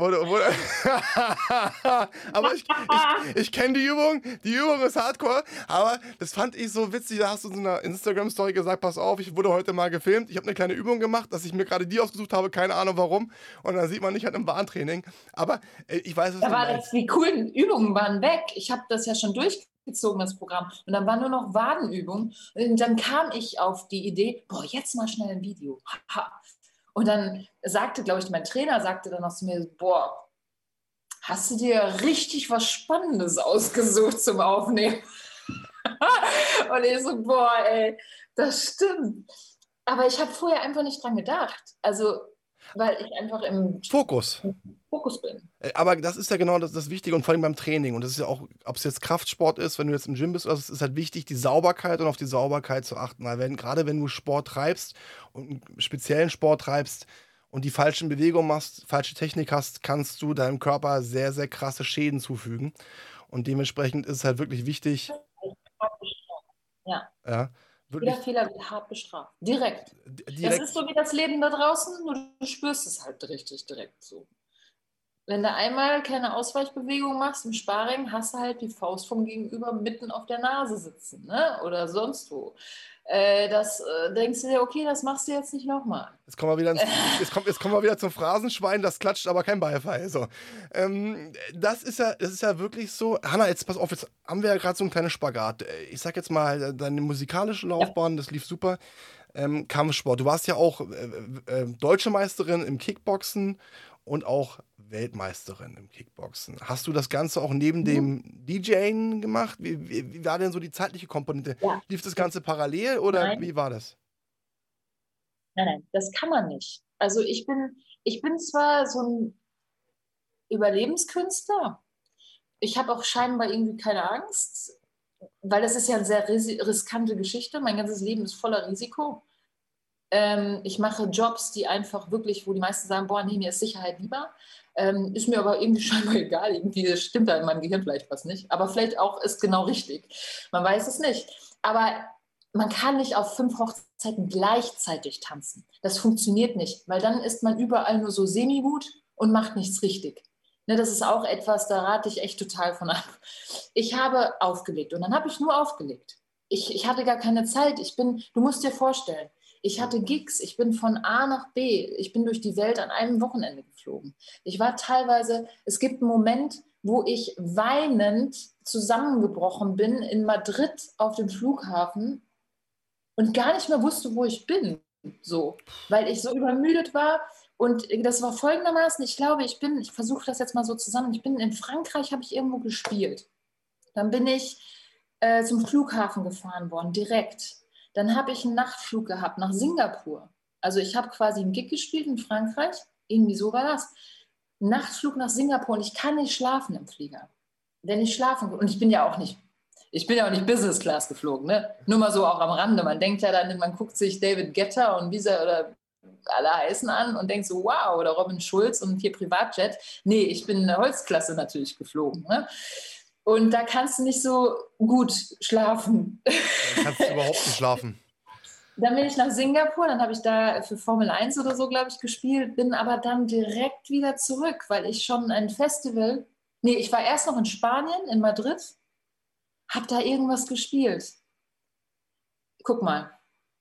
Aber ich kenne die Übung ist hardcore, aber das fand ich so witzig, da hast du in so einer Instagram-Story gesagt, pass auf, ich wurde heute mal gefilmt, ich habe eine kleine Übung gemacht, dass ich mir gerade die ausgesucht habe, keine Ahnung warum, und dann sieht man nicht halt im Wadentraining, aber ich weiß, was du meinst. Die coolen Übungen waren weg, ich habe das ja schon durchgezogen, das Programm, und dann waren nur noch Wadenübungen und dann kam ich auf die Idee, boah, jetzt mal schnell ein Video, und dann sagte, glaube ich, mein Trainer sagte dann noch zu mir, boah, hast du dir richtig was Spannendes ausgesucht zum Aufnehmen? Und ich so, boah, ey, das stimmt. Aber ich habe vorher einfach nicht dran gedacht. Also, weil ich einfach im Fokus bin. Aber das ist ja genau das Wichtige und vor allem beim Training. Und das ist ja auch, ob es jetzt Kraftsport ist, wenn du jetzt im Gym bist, oder es ist halt wichtig, die Sauberkeit und auf die Sauberkeit zu achten. Weil gerade wenn du Sport treibst und einen speziellen Sport treibst und die falschen Bewegungen machst, falsche Technik hast, kannst du deinem Körper sehr, sehr krasse Schäden zufügen. Und dementsprechend ist es halt wirklich wichtig. Ja. Ja. Wirklich, jeder Fehler wird hart bestraft. Direkt. Das ist so wie das Leben da draußen, nur du spürst es halt richtig direkt so. wenn du einmal keine Ausweichbewegung machst im Sparring, hast du halt die Faust vom Gegenüber mitten auf der Nase sitzen, ne? Oder sonst wo. Denkst du dir, okay, das machst du jetzt nicht nochmal. Jetzt kommen wir wieder zum Phrasenschwein, das klatscht aber kein Beifall. So. Das ist ja wirklich so. Hanna, jetzt pass auf, jetzt haben wir ja gerade so einen kleinen Spagat. Ich sag jetzt mal, deine musikalische Laufbahn, das lief super. Kampfsport. Du warst ja auch deutsche Meisterin im Kickboxen und auch Weltmeisterin im Kickboxen. Hast du das Ganze auch neben dem DJing gemacht? Wie war denn so die zeitliche Komponente? Ja. Lief das Ganze parallel oder Nein. wie war das? Nein, das kann man nicht. Also ich bin zwar so ein Überlebenskünstler, ich habe auch scheinbar irgendwie keine Angst, weil das ist ja eine sehr riskante Geschichte. Mein ganzes Leben ist voller Risiko. Ich mache Jobs, die einfach wirklich, wo die meisten sagen, boah, nee, mir ist Sicherheit lieber. Ist mir aber irgendwie scheinbar egal. Irgendwie stimmt da in meinem Gehirn vielleicht was nicht. Aber vielleicht auch ist genau richtig. Man weiß es nicht. Aber man kann nicht auf 5 Hochzeiten gleichzeitig tanzen. Das funktioniert nicht, weil dann ist man überall nur so semi-gut und macht nichts richtig. Ne, das ist auch etwas, da rate ich echt total von ab. Ich habe aufgelegt und dann habe ich nur aufgelegt. Ich hatte gar keine Zeit. Du musst dir vorstellen, ich hatte Gigs, ich bin von A nach B, ich bin durch die Welt an einem Wochenende geflogen. Ich war teilweise, es gibt einen Moment, wo ich weinend zusammengebrochen bin in Madrid auf dem Flughafen und gar nicht mehr wusste, wo ich bin, so, weil ich so übermüdet war. Und das war folgendermaßen, ich glaube, ich versuche das jetzt mal so zusammen, ich bin in Frankreich, habe ich irgendwo gespielt. Dann bin ich zum Flughafen gefahren worden, direkt. Dann habe ich einen Nachtflug gehabt nach Singapur. Also ich habe quasi einen Gig gespielt in Frankreich, irgendwie so war das. Nachtflug nach Singapur und ich kann nicht schlafen im Flieger. Wenn ich schlafen will, und ich bin ja auch nicht Business Class geflogen, ne? Nur mal so auch am Rande. Man denkt ja dann, man guckt sich David Guetta und Visa oder alle heißen an und denkt so, wow, oder Robin Schulz und hier Privatjet. Nee, ich bin in der Holzklasse natürlich geflogen, ne? Und da kannst du nicht so gut schlafen. Da kannst du überhaupt nicht schlafen. Dann bin ich nach Singapur, dann habe ich da für Formel 1 oder so, glaube ich, gespielt, bin aber dann direkt wieder zurück, weil ich schon ein Festival, ich war erst noch in Spanien, in Madrid, habe da irgendwas gespielt. Guck mal,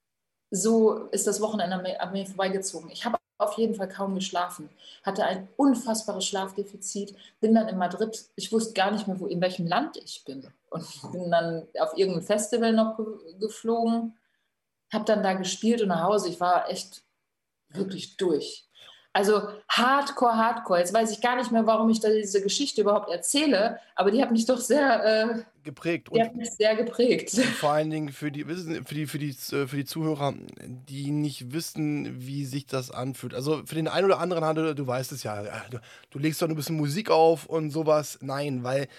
so ist das Wochenende an mir vorbeigezogen. Ich habe auf jeden Fall kaum geschlafen, hatte ein unfassbares Schlafdefizit, bin dann in Madrid, ich wusste gar nicht mehr, in welchem Land ich bin und bin dann auf irgendein Festival noch geflogen, habe dann da gespielt und nach Hause, ich war echt wirklich durch. Also Hardcore. Jetzt weiß ich gar nicht mehr, warum ich da diese Geschichte überhaupt erzähle, aber die hat mich doch sehr geprägt. Die hat mich sehr geprägt. Und vor allen Dingen für die Zuhörer, die nicht wissen, wie sich das anfühlt. Also für den einen oder anderen, du weißt es ja, du legst doch ein bisschen Musik auf und sowas. Nein, weil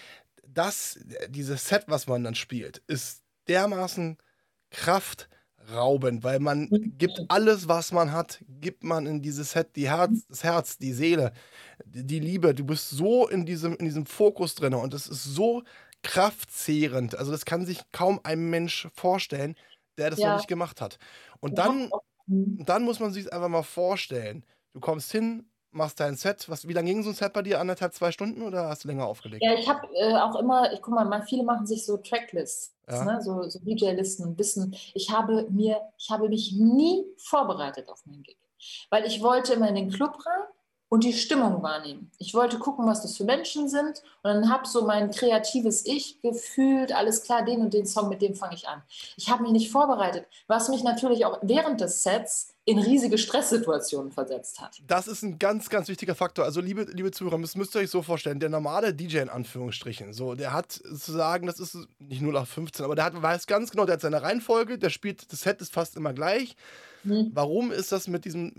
dieses Set, was man dann spielt, ist dermaßen kraftraubend, weil man gibt alles, was man hat, gibt man in dieses Set, das Herz, die Seele, die Liebe. Du bist so in diesem Fokus drin und es ist so kraftzehrend. Also das kann sich kaum ein Mensch vorstellen, der das noch nicht gemacht hat. Und dann muss man sich einfach mal vorstellen. Du kommst hin, machst dein Set. Wie lange ging so ein Set bei dir? 1,5, 2 Stunden oder hast du länger aufgelegt? Ja, ich habe auch immer, guck mal, viele machen sich so Tracklists, Ja. ne? So DJ-Listen und wissen, ich habe mich nie vorbereitet auf meinen Gig, weil ich wollte immer in den Club rein und die Stimmung wahrnehmen. Ich wollte gucken, was das für Menschen sind und dann habe so mein kreatives Ich gefühlt, alles klar, den und den Song, mit dem fange ich an. Ich habe mich nicht vorbereitet, was mich natürlich auch während des Sets in riesige Stresssituationen versetzt hat. Das ist ein ganz, ganz wichtiger Faktor. Also, liebe Zuhörer, müsst ihr euch so vorstellen, der normale DJ in Anführungsstrichen, so, der hat sozusagen, das ist nicht 0815, aber weiß ganz genau, der hat seine Reihenfolge, das Set ist fast immer gleich. Warum ist das mit diesem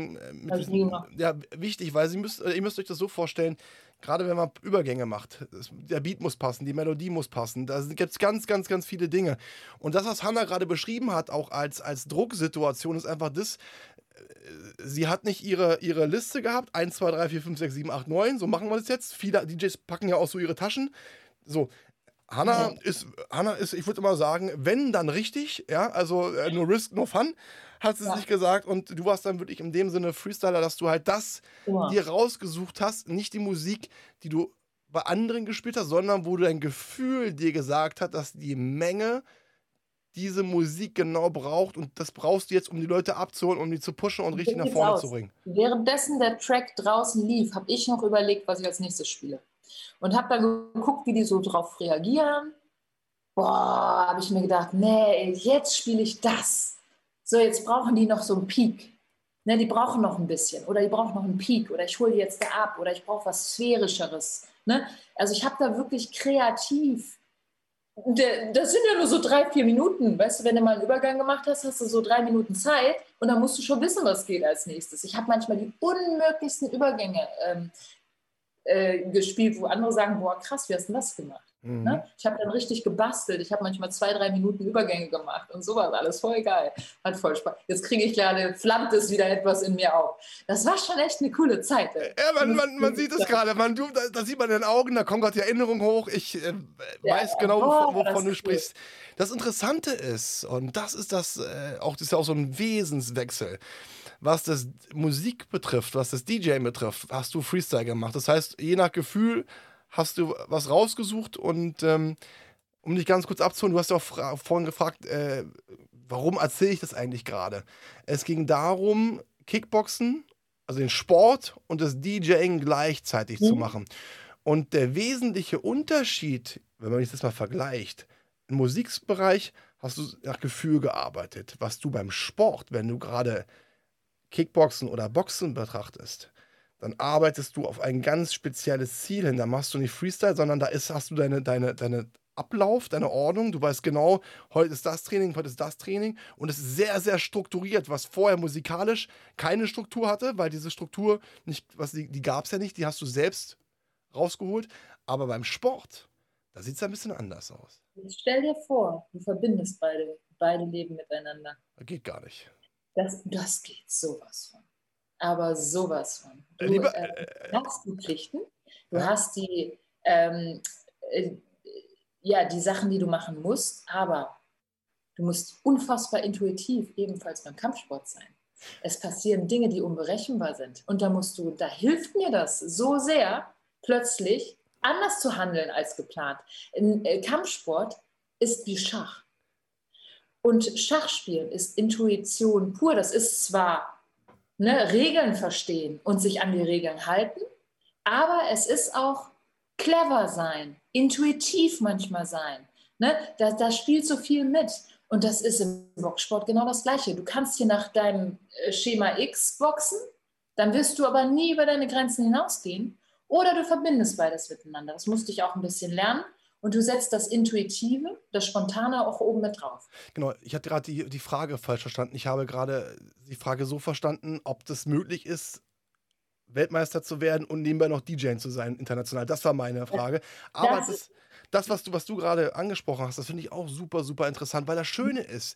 ja, wichtig? Weil ihr müsst euch das so vorstellen, gerade wenn man Übergänge macht, der Beat muss passen, die Melodie muss passen, da gibt es ganz, ganz, ganz viele Dinge. Und das, was Hanna gerade beschrieben hat, auch als Drucksituation, ist einfach das, sie hat nicht ihre Liste gehabt, 1, 2, 3, 4, 5, 6, 7, 8, 9, so machen wir das jetzt. Viele DJs packen ja auch so ihre Taschen. So, Hanna ist, ich würde immer sagen, wenn, dann richtig, ja, also no risk, no fun, hat sie sich gesagt, und du warst dann wirklich in dem Sinne Freestyler, dass du halt das dir rausgesucht hast, nicht die Musik, die du bei anderen gespielt hast, sondern wo du dein Gefühl dir gesagt hat, dass die Menge diese Musik genau braucht, und das brauchst du jetzt, um die Leute abzuholen, um die zu pushen und richtig nach vorne zu bringen. Währenddessen der Track draußen lief, habe ich noch überlegt, was ich als nächstes spiele. Und habe dann geguckt, wie die so drauf reagieren. Boah, habe ich mir gedacht, nee, jetzt spiele ich das. So, jetzt brauchen die noch so einen Peak. Ne, die brauchen noch ein bisschen. Oder die brauchen noch einen Peak. Oder ich hole die jetzt da ab. Oder ich brauche was Sphärischeres. Ne? Also ich habe da wirklich kreativ. Das sind ja nur so 3-4 Minuten. Weißt du, wenn du mal einen Übergang gemacht hast, hast du so 3 Minuten Zeit. Und dann musst du schon wissen, was geht als nächstes. Ich habe manchmal die unmöglichsten Übergänge gespielt, wo andere sagen, boah, krass, wie hast du das gemacht? Ne? Ich habe dann richtig gebastelt. Ich habe manchmal 2-3 Minuten Übergänge gemacht und sowas. Alles voll geil. Hat voll Spaß. Jetzt kriege ich gerade, flammt es wieder etwas in mir auf. Das war schon echt eine coole Zeit. Ja, man sieht es gerade. Da sieht man in den Augen, da kommt gerade die Erinnerung hoch. Ich weiß genau, wovon du sprichst. Das Interessante ist, und das ist das ist ja auch so ein Wesenswechsel. Was das Musik betrifft, was das DJing betrifft, hast du Freestyle gemacht. Das heißt, je nach Gefühl hast du was rausgesucht, und um dich ganz kurz abzuholen, du hast ja auch vorhin gefragt, warum erzähle ich das eigentlich gerade? Es ging darum, Kickboxen, also den Sport und das DJing gleichzeitig zu machen. Und der wesentliche Unterschied, wenn man sich das mal vergleicht, im Musikbereich hast du nach Gefühl gearbeitet, was du beim Sport, wenn du gerade Kickboxen oder Boxen betrachtest, dann arbeitest du auf ein ganz spezielles Ziel hin. Da machst du nicht Freestyle, sondern hast du deine Ablauf, deine Ordnung. Du weißt genau, heute ist das Training, heute ist das Training. Und es ist sehr, sehr strukturiert, was vorher musikalisch keine Struktur hatte, weil diese Struktur nicht, die gab es ja nicht, die hast du selbst rausgeholt. Aber beim Sport, da sieht es ein bisschen anders aus. Jetzt stell dir vor, du verbindest beide Leben miteinander. Das geht gar nicht. Das geht sowas von. Aber sowas von. Du hast die Pflichten, du hast die, die Sachen, die du machen musst, aber du musst unfassbar intuitiv ebenfalls beim Kampfsport sein. Es passieren Dinge, die unberechenbar sind. Und da hilft mir das so sehr, plötzlich anders zu handeln als geplant. Kampfsport ist wie Schach. Und Schachspielen ist Intuition pur. Das ist zwar Regeln verstehen und sich an die Regeln halten, aber es ist auch clever sein, intuitiv manchmal sein. Ne? Da spielt so viel mit. Und das ist im Boxsport genau das Gleiche. Du kannst hier nach deinem Schema X boxen, dann wirst du aber nie über deine Grenzen hinausgehen. Oder du verbindest beides miteinander. Das musste ich auch ein bisschen lernen. Und du setzt das Intuitive, das Spontane auch oben mit drauf. Genau, ich hatte gerade die Frage falsch verstanden. Ich habe gerade die Frage so verstanden, ob das möglich ist, Weltmeister zu werden und nebenbei noch DJing zu sein, international. Das war meine Frage. Aber das was du gerade angesprochen hast, das finde ich auch super, super interessant, weil das Schöne ist,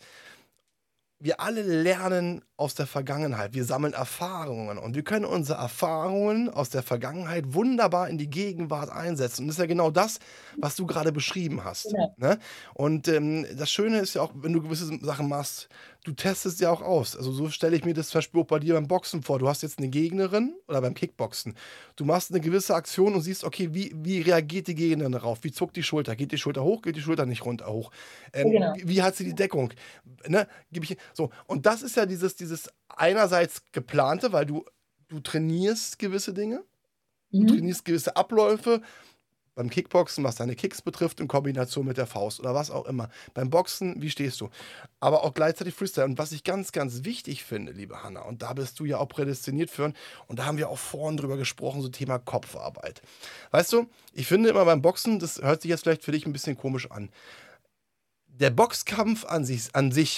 wir alle lernen aus der Vergangenheit. Wir sammeln Erfahrungen, und wir können unsere Erfahrungen aus der Vergangenheit wunderbar in die Gegenwart einsetzen. Und das ist ja genau das, was du gerade beschrieben hast. Ja. Ne? Und das Schöne ist ja auch, wenn du gewisse Sachen machst, du testest ja auch aus. Also so stelle ich mir das zum Beispiel auch bei dir beim Boxen vor. Du hast jetzt eine Gegnerin oder beim Kickboxen. Du machst eine gewisse Aktion und siehst, okay, wie reagiert die Gegnerin darauf? Wie zuckt die Schulter? Geht die Schulter hoch? Geht die Schulter nicht runter hoch? Genau. Wie hat sie die Deckung? Ne? So. Und das ist ja dieses einerseits geplante, weil du trainierst gewisse Dinge, du trainierst gewisse Abläufe. Beim Kickboxen, was deine Kicks betrifft, in Kombination mit der Faust oder was auch immer. Beim Boxen, wie stehst du? Aber auch gleichzeitig Freestyle. Und was ich ganz, ganz wichtig finde, liebe Hanna, und da bist du ja auch prädestiniert für, und da haben wir auch vorhin drüber gesprochen, so Thema Kopfarbeit. Weißt du, ich finde immer beim Boxen, das hört sich jetzt vielleicht für dich ein bisschen komisch an, der Boxkampf an sich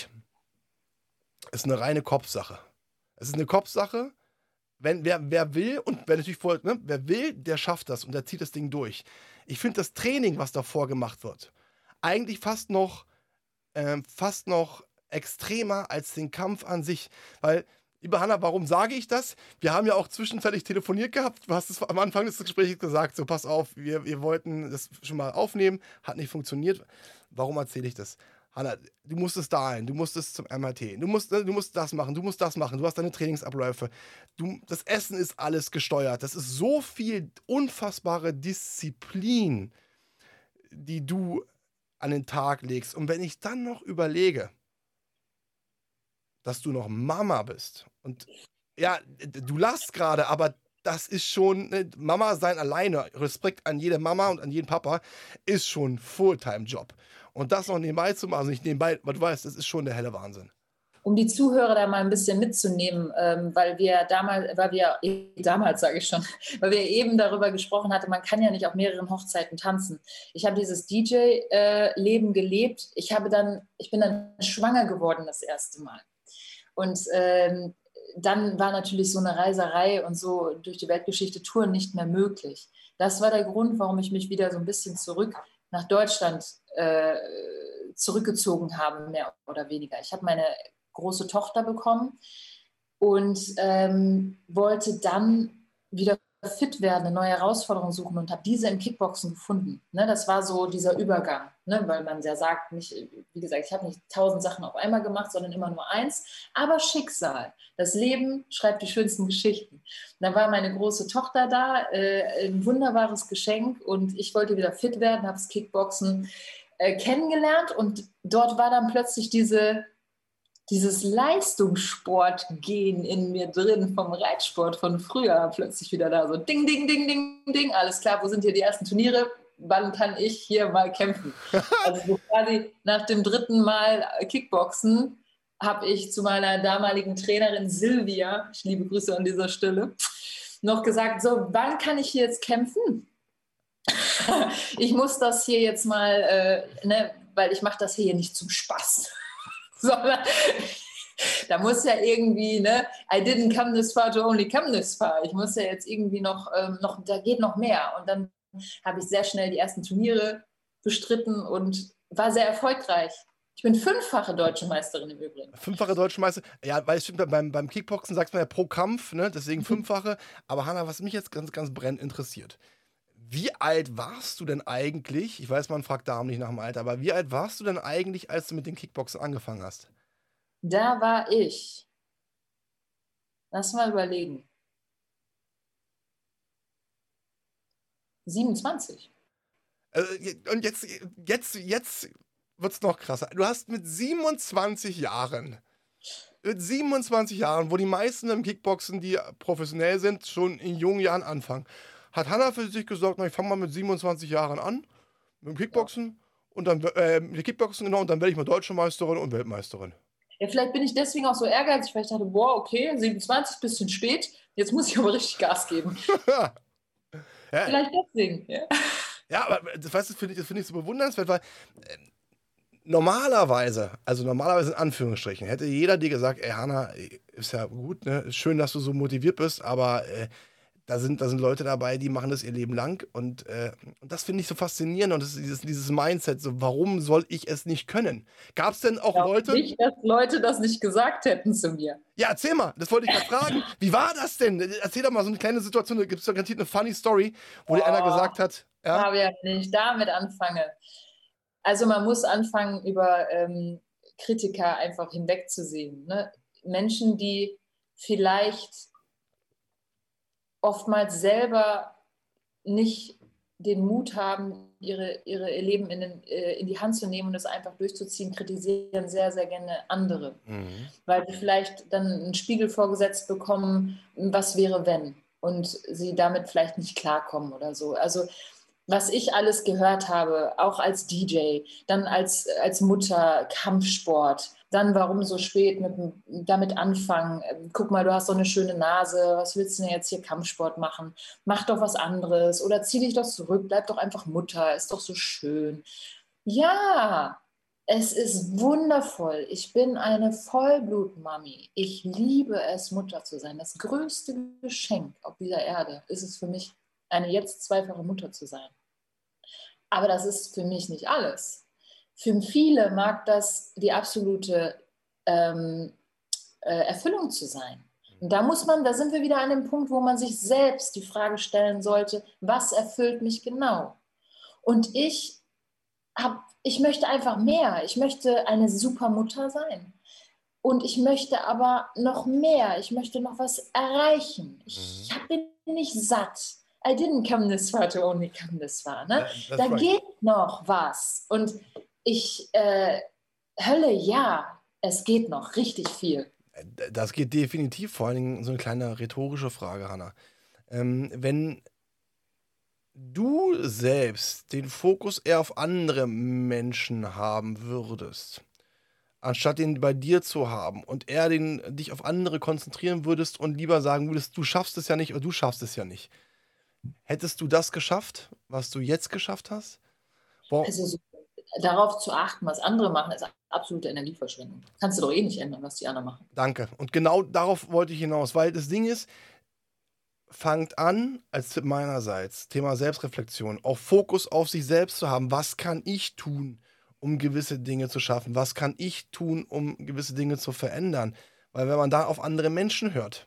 ist eine reine Kopfsache. Es ist eine Kopfsache. Wer will, und wer natürlich wer will, der schafft das und der zieht das Ding durch. Ich finde das Training, was davor gemacht wird, eigentlich fast noch extremer als den Kampf an sich. Weil Liebe Hanna, warum sage ich das? Wir haben ja auch zwischenzeitlich telefoniert gehabt. Du hast es am Anfang des Gesprächs gesagt, so pass auf, wir wollten das schon mal aufnehmen, hat nicht funktioniert. Warum erzähle ich das? Hanna, du musstest dahin, du musstest zum MRT, du musst das machen, du musst das machen, du hast deine Trainingsabläufe. Das Essen ist alles gesteuert. Das ist so viel unfassbare Disziplin, die du an den Tag legst. Und wenn ich dann noch überlege, dass du noch Mama bist. Und ja, du lachst gerade, aber das ist schon, ne, Mama sein alleine, Respekt an jede Mama und an jeden Papa, ist schon ein Fulltime-Job. Und das noch nebenbei zu machen, also nicht nebenbei, aber du weißt, das ist schon der helle Wahnsinn. Um die Zuhörer da mal ein bisschen mitzunehmen, weil wir damals sage ich schon, weil wir eben darüber gesprochen hatten, man kann ja nicht auf mehreren Hochzeiten tanzen. Ich habe dieses DJ-Leben gelebt. Ich bin dann schwanger geworden das erste Mal. Und dann war natürlich so eine Reiserei und so durch die Weltgeschichte Touren nicht mehr möglich. Das war der Grund, warum ich mich wieder so ein bisschen zurück nach Deutschland zurückgezogen habe, mehr oder weniger. Ich habe meine große Tochter bekommen und wollte dann wieder fit werden, eine neue Herausforderung suchen und habe diese im Kickboxen gefunden. Ne, das war so dieser Übergang, ne, weil man ja sagt, nicht, wie gesagt, ich habe nicht 1000 Sachen auf einmal gemacht, sondern immer nur eins, aber Schicksal. Das Leben schreibt die schönsten Geschichten. Und dann war meine große Tochter da, ein wunderbares Geschenk und ich wollte wieder fit werden, habe das Kickboxen kennengelernt und dort war dann plötzlich dieses Leistungssport-Gen in mir drin vom Reitsport von früher plötzlich wieder da. So ding, ding, ding, ding, ding. Alles klar, wo sind hier die ersten Turniere? Wann kann ich hier mal kämpfen? Also so quasi nach dem 3. Mal Kickboxen habe ich zu meiner damaligen Trainerin Silvia, ich liebe Grüße an dieser Stelle, noch gesagt, so, wann kann ich hier jetzt kämpfen? Ich muss das hier jetzt mal, ne, weil ich mache das hier nicht zum Spaß. Sondern da muss ja irgendwie, ne, I didn't come this far to only come this far. Ich muss ja jetzt irgendwie noch da geht noch mehr. Und dann habe ich sehr schnell die ersten Turniere bestritten und war sehr erfolgreich. Ich bin 5-fache Deutsche Meisterin im Übrigen. 5-fache Deutsche Meister, ja, weil es stimmt, beim Kickboxen sagt man ja pro Kampf, ne, deswegen 5-fache. Aber Hanna, was mich jetzt ganz, ganz brennend interessiert, wie alt warst du denn eigentlich? Ich weiß, man fragt Damen nicht nach dem Alter, aber wie alt warst du denn eigentlich, als du mit dem Kickboxen angefangen hast? Da war ich, lass mal überlegen, 27. Und jetzt wird es noch krasser. Du hast mit 27 Jahren, wo die meisten im Kickboxen, die professionell sind, schon in jungen Jahren anfangen, hat Hanna für sich gesagt, na, ich fange mal mit 27 Jahren an, mit dem Kickboxen, und dann mit Kickboxen, genau, und dann werde ich mal Deutsche Meisterin und Weltmeisterin. Ja, vielleicht bin ich deswegen auch so ehrgeizig, weil ich dachte, boah, okay, 27, bisschen spät, jetzt muss ich aber richtig Gas geben. Ja. Vielleicht deswegen, ja. Ja, aber das finde ich so bewundernswert, weil normalerweise in Anführungsstrichen, hätte jeder dir gesagt, ey Hanna, ist ja gut, ne? Ist schön, dass du so motiviert bist, aber da sind Leute dabei, die machen das ihr Leben lang, und das finde ich so faszinierend, und das ist dieses Mindset, so, warum soll ich es nicht können? Gab es denn auch Leute... Nicht, dass Leute das nicht gesagt hätten zu mir. Ja, erzähl mal, das wollte ich gerade fragen. Wie war das denn? Erzähl doch mal so eine kleine Situation, da gibt es doch garantiert eine funny Story, wo dir einer gesagt hat... Ja? Aber ja, wenn ich damit anfange. Also man muss anfangen, über Kritiker einfach hinwegzusehen. Ne? Menschen, die vielleicht oftmals selber nicht den Mut haben, ihr Leben in die Hand zu nehmen und es einfach durchzuziehen, kritisieren sehr, sehr gerne andere. Mhm. Weil sie vielleicht dann einen Spiegel vorgesetzt bekommen, was wäre, wenn? Und sie damit vielleicht nicht klarkommen oder so. Also was ich alles gehört habe, auch als DJ, dann als Mutter, Kampfsport, dann warum so spät damit anfangen, guck mal, du hast so eine schöne Nase, was willst du denn jetzt hier Kampfsport machen? Mach doch was anderes oder zieh dich doch zurück, bleib doch einfach Mutter, ist doch so schön. Ja, es ist wundervoll. Ich bin eine Vollblut-Mami. Ich liebe es, Mutter zu sein. Das größte Geschenk auf dieser Erde ist es für mich, eine jetzt 2-fache Mutter zu sein. Aber das ist für mich nicht alles. Für viele mag das die absolute Erfüllung zu sein. Und da sind wir wieder an dem Punkt, wo man sich selbst die Frage stellen sollte, was erfüllt mich genau? Und ich möchte einfach mehr. Ich möchte eine super Mutter sein. Und ich möchte aber noch mehr. Ich möchte noch was erreichen. Ich bin nicht satt. I didn't come this far to only come this far. Ne? Da right. Geht noch was. Und Hölle, ja, es geht noch richtig viel. Das geht definitiv, vor allen Dingen so eine kleine rhetorische Frage, Hanna. Wenn du selbst den Fokus eher auf andere Menschen haben würdest, anstatt den bei dir zu haben und eher dich auf andere konzentrieren würdest und lieber sagen würdest, du schaffst es ja nicht oder du schaffst es ja nicht. Hättest du das geschafft, was du jetzt geschafft hast? Also darauf zu achten, was andere machen, ist absolute Energieverschwendung. Kannst du doch eh nicht ändern, was die anderen machen. Danke. Und genau darauf wollte ich hinaus, weil das Ding ist, fangt an, als Tipp meinerseits, Thema Selbstreflexion, auch Fokus auf sich selbst zu haben. Was kann ich tun, um gewisse Dinge zu schaffen? Was kann ich tun, um gewisse Dinge zu verändern? Weil wenn man da auf andere Menschen hört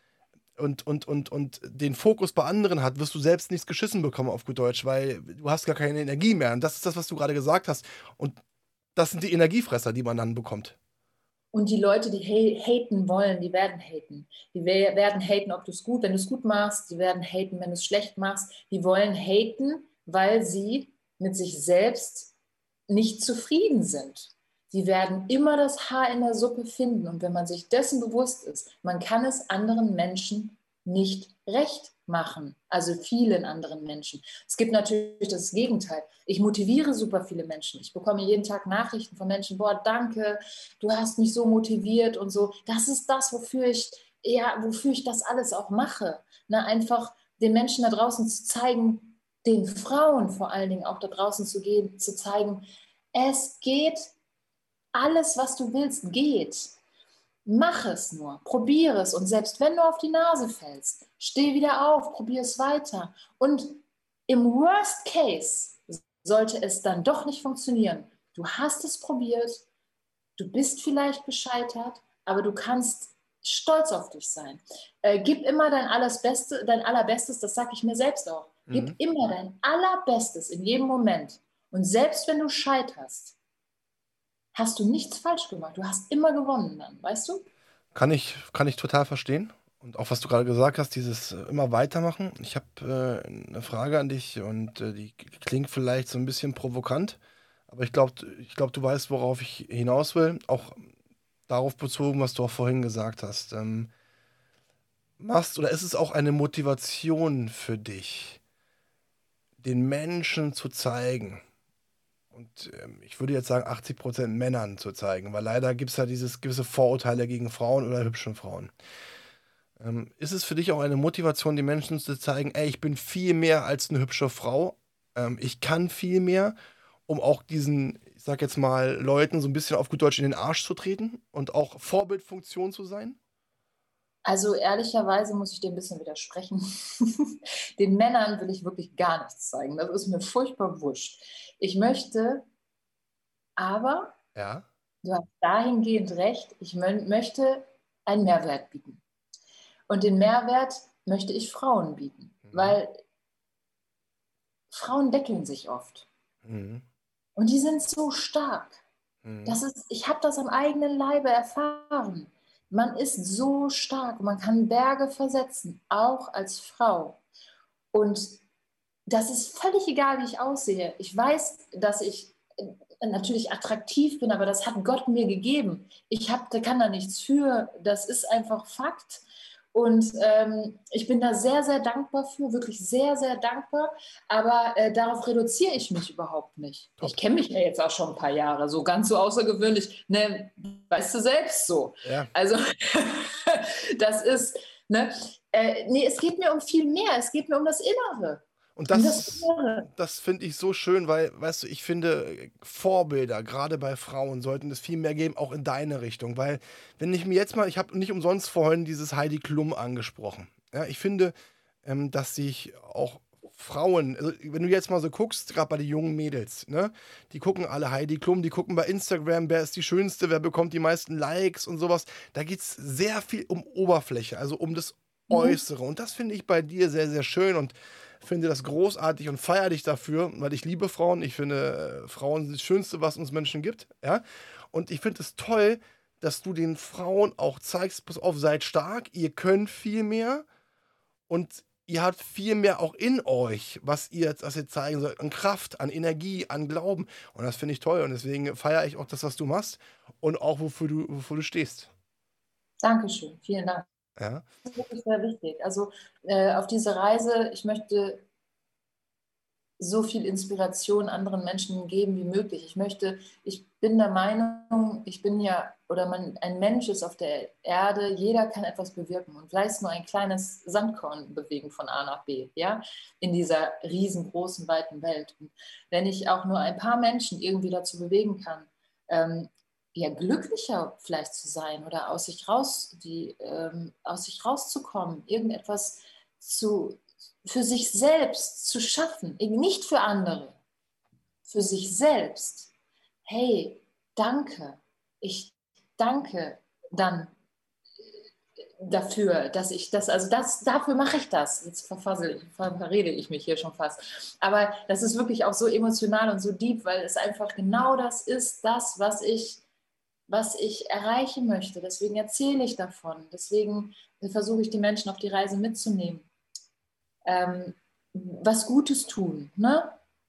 und den Fokus bei anderen hat, wirst du selbst nichts geschissen bekommen, auf gut Deutsch, weil du hast gar keine Energie mehr. Und das ist das, was du gerade gesagt hast. Und das sind die Energiefresser, die man dann bekommt. Und die Leute, die haten wollen, die werden haten. Die werden haten, ob du es gut, wenn du es gut machst. Die werden haten, wenn du es schlecht machst. Die wollen haten, weil sie mit sich selbst nicht zufrieden sind. Die werden immer das Haar in der Suppe finden. Und wenn man sich dessen bewusst ist, man kann es anderen Menschen nicht recht machen. Also vielen anderen Menschen. Es gibt natürlich das Gegenteil. Ich motiviere super viele Menschen. Ich bekomme jeden Tag Nachrichten von Menschen, boah, danke, du hast mich so motiviert und so. Das ist das, wofür ich das alles auch mache. Ne, einfach den Menschen da draußen zu zeigen, den Frauen vor allen Dingen auch da draußen zu zeigen, es geht, alles, was du willst, geht. Mach es nur, probiere es und selbst wenn du auf die Nase fällst, steh wieder auf, probier es weiter. Und im Worst Case sollte es dann doch nicht funktionieren. Du hast es probiert, du bist vielleicht gescheitert, aber du kannst stolz auf dich sein. Gib immer dein Allerbestes, das sage ich mir selbst auch. Gib immer dein Allerbestes in jedem Moment. Und selbst wenn du scheiterst, hast du nichts falsch gemacht. Du hast immer gewonnen dann, weißt du? Kann ich total verstehen. Und auch was du gerade gesagt hast, dieses immer weitermachen. Ich habe eine Frage an dich und die klingt vielleicht so ein bisschen provokant, aber ich glaube, du weißt, worauf ich hinaus will. Auch darauf bezogen, was du auch vorhin gesagt hast. Ist es auch eine Motivation für dich, den Menschen zu zeigen, und ich würde jetzt sagen 80% Männern zu zeigen, weil leider gibt es ja dieses gewisse Vorurteile gegen Frauen oder hübschen Frauen. Ist es für dich auch eine Motivation, den Menschen zu zeigen, ey, ich bin viel mehr als eine hübsche Frau, ich kann viel mehr, um auch diesen, ich sag jetzt mal, Leuten so ein bisschen auf gut Deutsch in den Arsch zu treten und auch Vorbildfunktion zu sein? Also ehrlicherweise muss ich dir ein bisschen widersprechen. Den Männern will ich wirklich gar nichts zeigen. Das ist mir furchtbar wurscht. Ich möchte, aber Ja. du hast dahingehend recht, ich möchte einen Mehrwert bieten. Und den Mehrwert möchte ich Frauen bieten, weil Frauen deckeln sich oft. Und die sind so stark. Ich habe das am eigenen Leibe erfahren. Man ist so stark, man kann Berge versetzen, auch als Frau. Und das ist völlig egal, wie ich aussehe. Ich weiß, dass ich natürlich attraktiv bin, aber das hat Gott mir gegeben. Kann da nichts für, das ist einfach Fakt. Und ich bin da sehr, sehr dankbar für, wirklich sehr, sehr dankbar. Aber darauf reduziere ich mich überhaupt nicht. Top. Ich kenne mich ja jetzt auch schon ein paar Jahre, so ganz so außergewöhnlich. Ne, weißt du selbst so. Ja. Also das ist, ne, es geht mir um viel mehr. Es geht mir um das Innere. Und das finde ich so schön, weil, weißt du, ich finde, Vorbilder, gerade bei Frauen, sollten es viel mehr geben, auch in deine Richtung. Weil, wenn ich mir jetzt mal, ich habe nicht umsonst vorhin dieses Heidi Klum angesprochen. Ja, ich finde, dass sich auch Frauen, also wenn du jetzt mal so guckst, gerade bei den jungen Mädels, ne, die gucken alle Heidi Klum, die gucken bei Instagram, wer ist die Schönste, wer bekommt die meisten Likes und sowas. Da geht es sehr viel um Oberfläche, also um das Mhm. Äußere. Und das finde ich bei dir sehr, sehr schön und finde das großartig und feiere dich dafür, weil ich liebe Frauen. Ich finde, Frauen sind das Schönste, was uns Menschen gibt. Ja? Und ich finde es toll, dass du den Frauen auch zeigst, pass auf, seid stark, ihr könnt viel mehr und ihr habt viel mehr auch in euch, was ihr zeigen sollt, an Kraft, an Energie, an Glauben. Und das finde ich toll. Und deswegen feiere ich auch das, was du machst und auch wofür du stehst. Dankeschön, vielen Dank. Ja? Das ist wirklich sehr wichtig. Also auf diese Reise, ich möchte so viel Inspiration anderen Menschen geben wie möglich. Ich bin der Meinung, ich bin ja, oder ein Mensch ist auf der Erde, jeder kann etwas bewirken und sei es nur ein kleines Sandkorn bewegen von A nach B, ja, in dieser riesengroßen, weiten Welt. Und wenn ich auch nur ein paar Menschen irgendwie dazu bewegen kann, ja, glücklicher vielleicht zu sein oder aus sich rauszukommen, irgendetwas für sich selbst zu schaffen, eben nicht für andere, für sich selbst. Hey, danke. Ich danke dann dafür, dass ich dafür mache ich das. Jetzt verrede ich mich hier schon fast. Aber das ist wirklich auch so emotional und so deep, weil es einfach genau das ist, was ich erreichen möchte. Deswegen erzähle ich davon. Deswegen versuche ich die Menschen auf die Reise mitzunehmen. Was Gutes tun, ne?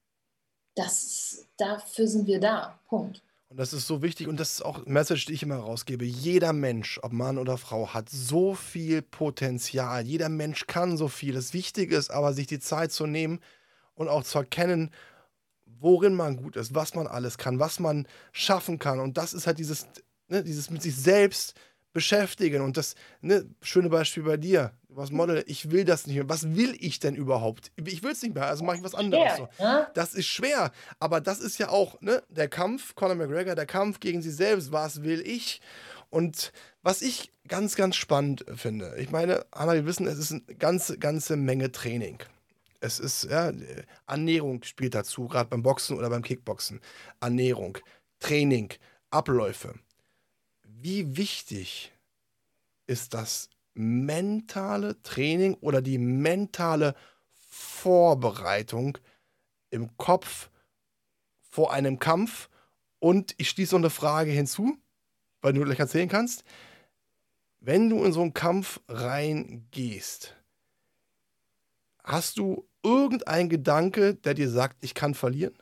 Dafür sind wir da. Punkt. Und das ist so wichtig und das ist auch eine Message, die ich immer rausgebe. Jeder Mensch, ob Mann oder Frau, hat so viel Potenzial. Jeder Mensch kann so viel. Das Wichtige ist aber, sich die Zeit zu nehmen und auch zu erkennen, worin man gut ist, was man alles kann, was man schaffen kann. Und das ist halt dieses mit sich selbst beschäftigen. Und das, ne, schöne Beispiel bei dir. Du warst Model, ich will das nicht mehr. Was will ich denn überhaupt? Ich will es nicht mehr, also mache ich was anderes. So. Ne? Das ist schwer, aber das ist ja auch, ne, der Kampf, Conor McGregor, der Kampf gegen sich selbst. Was will ich? Und was ich ganz, ganz spannend finde, ich meine, Anna, wir wissen, es ist eine ganze Menge Training. Es ist, ja, Ernährung spielt dazu, gerade beim Boxen oder beim Kickboxen. Ernährung, Training, Abläufe. Wie wichtig ist das mentale Training oder die mentale Vorbereitung im Kopf vor einem Kampf? Und ich schließe noch eine Frage hinzu, weil du gleich erzählen kannst. Wenn du in so einen Kampf reingehst, hast du irgendeinen Gedanke, der dir sagt, ich kann verlieren?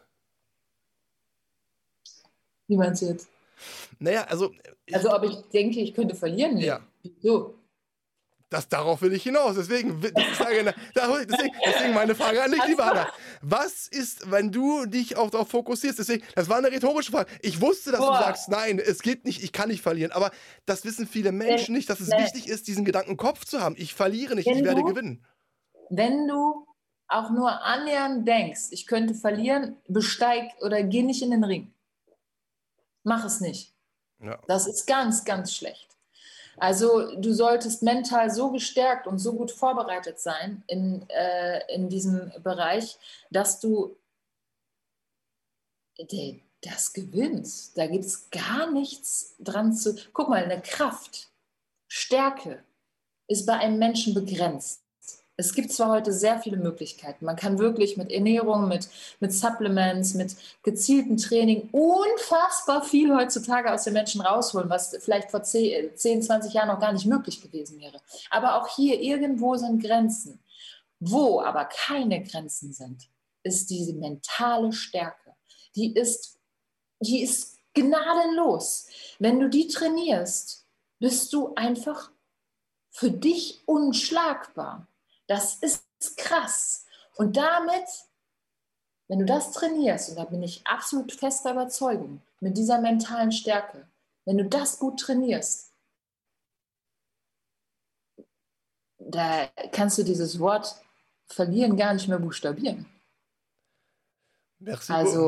Wie meinst du jetzt? Naja, also, Also ob ich denke, ich könnte verlieren? Nee. ja, So. darauf will ich hinaus. Deswegen meine Frage an dich, liebe Anna. Was ist, wenn du dich auch darauf fokussierst? Deswegen, das war eine rhetorische Frage. Ich wusste, dass du sagst, nein, es geht nicht, ich kann nicht verlieren. Aber das wissen viele Menschen nicht, dass es wichtig ist, diesen Gedanken im Kopf zu haben. Ich verliere nicht, ich werde gewinnen. Wenn du auch nur annähernd denkst, ich könnte verlieren, besteig oder geh nicht in den Ring. Mach es nicht. Ja. Das ist ganz, ganz schlecht. Also du solltest mental so gestärkt und so gut vorbereitet sein in diesem Bereich, dass du das gewinnst. Da gibt es gar nichts dran zu... Guck mal, eine Kraft, Stärke ist bei einem Menschen begrenzt. Es gibt zwar heute sehr viele Möglichkeiten. Man kann wirklich mit Ernährung, mit Supplements, mit gezieltem Training unfassbar viel heutzutage aus den Menschen rausholen, was vielleicht vor 10, 20 Jahren noch gar nicht möglich gewesen wäre. Aber auch hier irgendwo sind Grenzen. Wo aber keine Grenzen sind, ist diese mentale Stärke. Die ist gnadenlos. Wenn du die trainierst, bist du einfach für dich unschlagbar. Das ist krass. Und damit, wenn du das trainierst, und da bin ich absolut fester Überzeugung, mit dieser mentalen Stärke, wenn du das gut trainierst, da kannst du dieses Wort verlieren gar nicht mehr buchstabieren. Merci Also,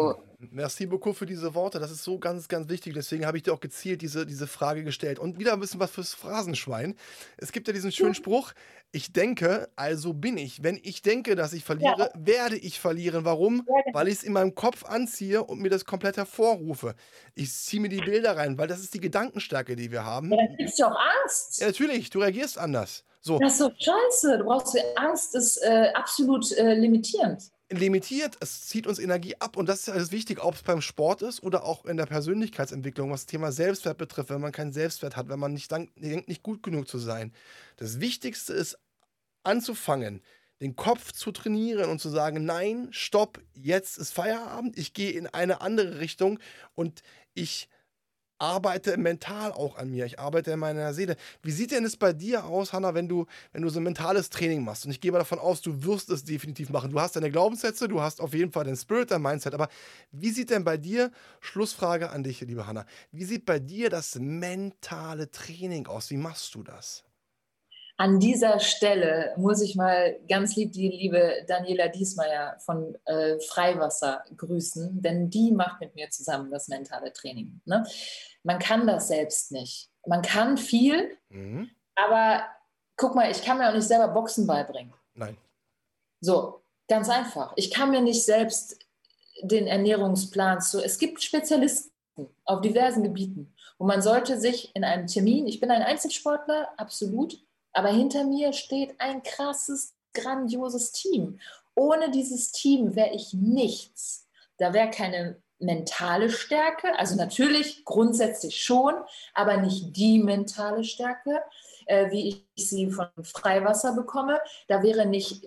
Merci beaucoup für diese Worte. Das ist so ganz, ganz wichtig. Deswegen habe ich dir auch gezielt diese Frage gestellt. Und wieder ein bisschen was fürs Phrasenschwein. Es gibt ja diesen schönen Spruch: Ich denke, also bin ich. Wenn ich denke, dass ich Ja, verliere, werde ich verlieren. Warum? ja, Weil ich es in meinem Kopf anziehe und mir das komplett hervorrufe. Ich ziehe mir die Bilder rein, weil das ist die Gedankenstärke, die wir haben. dann kriegst du auch Ja, Angst. natürlich, du reagierst anders. So, Das ist so scheiße. Du brauchst Angst, ist absolut limitierend. limitiert, es zieht uns Energie ab und das ist ja alles wichtig, ob es beim Sport ist oder auch in der Persönlichkeitsentwicklung, was das Thema Selbstwert betrifft, wenn man keinen Selbstwert hat, wenn man nicht denkt, nicht gut genug zu sein. Das Wichtigste ist anzufangen, den Kopf zu trainieren und zu sagen, nein, stopp, jetzt ist Feierabend, ich gehe in eine andere Richtung und ich arbeite mental auch an mir. Ich arbeite in meiner Seele. Wie sieht denn es bei dir aus, Hanna, wenn du so ein mentales Training machst? Und ich gehe mal davon aus, du wirst es definitiv machen. Du hast deine Glaubenssätze, du hast auf jeden Fall den Spirit, dein Mindset. Aber wie sieht denn bei dir, Schlussfrage an dich, liebe Hanna, wie sieht bei dir das mentale Training aus? Wie machst du das? An dieser Stelle muss ich mal ganz lieb die liebe Daniela Diesmeier von Freiwasser grüßen, denn die macht mit mir zusammen das mentale Training. Ne? Man kann das selbst nicht. Man kann viel, Mhm. aber guck mal, ich kann mir auch nicht selber Boxen beibringen. Nein. So, ganz einfach. Ich kann mir nicht selbst den Ernährungsplan zu. Es gibt Spezialisten auf diversen Gebieten. Und man sollte sich in einem Termin, ich bin ein Einzelsportler, absolut, aber hinter mir steht ein krasses, grandioses Team. Ohne dieses Team wäre ich nichts. Da wäre keine mentale Stärke, also natürlich grundsätzlich schon, aber nicht die mentale Stärke, wie ich sie von Freiwasser bekomme. Da wären nicht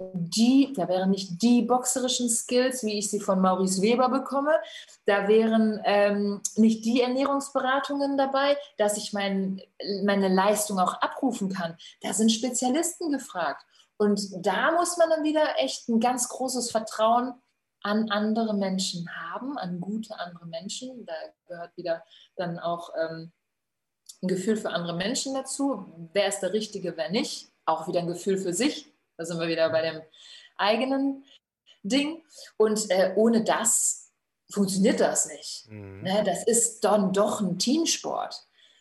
die boxerischen Skills, wie ich sie von Maurice Weber bekomme. Da wären nicht die Ernährungsberatungen dabei, dass ich meine Leistung auch abrufen kann. Da sind Spezialisten gefragt. Und da muss man dann wieder echt ein ganz großes Vertrauen an andere Menschen haben, an gute andere Menschen. Da gehört wieder dann auch ein Gefühl für andere Menschen dazu. Wer ist der Richtige, wer nicht? Auch wieder ein Gefühl für sich. Da sind wir wieder bei dem eigenen Ding. Und ohne das funktioniert das nicht. Mhm. Ne, das ist dann doch ein Teamsport.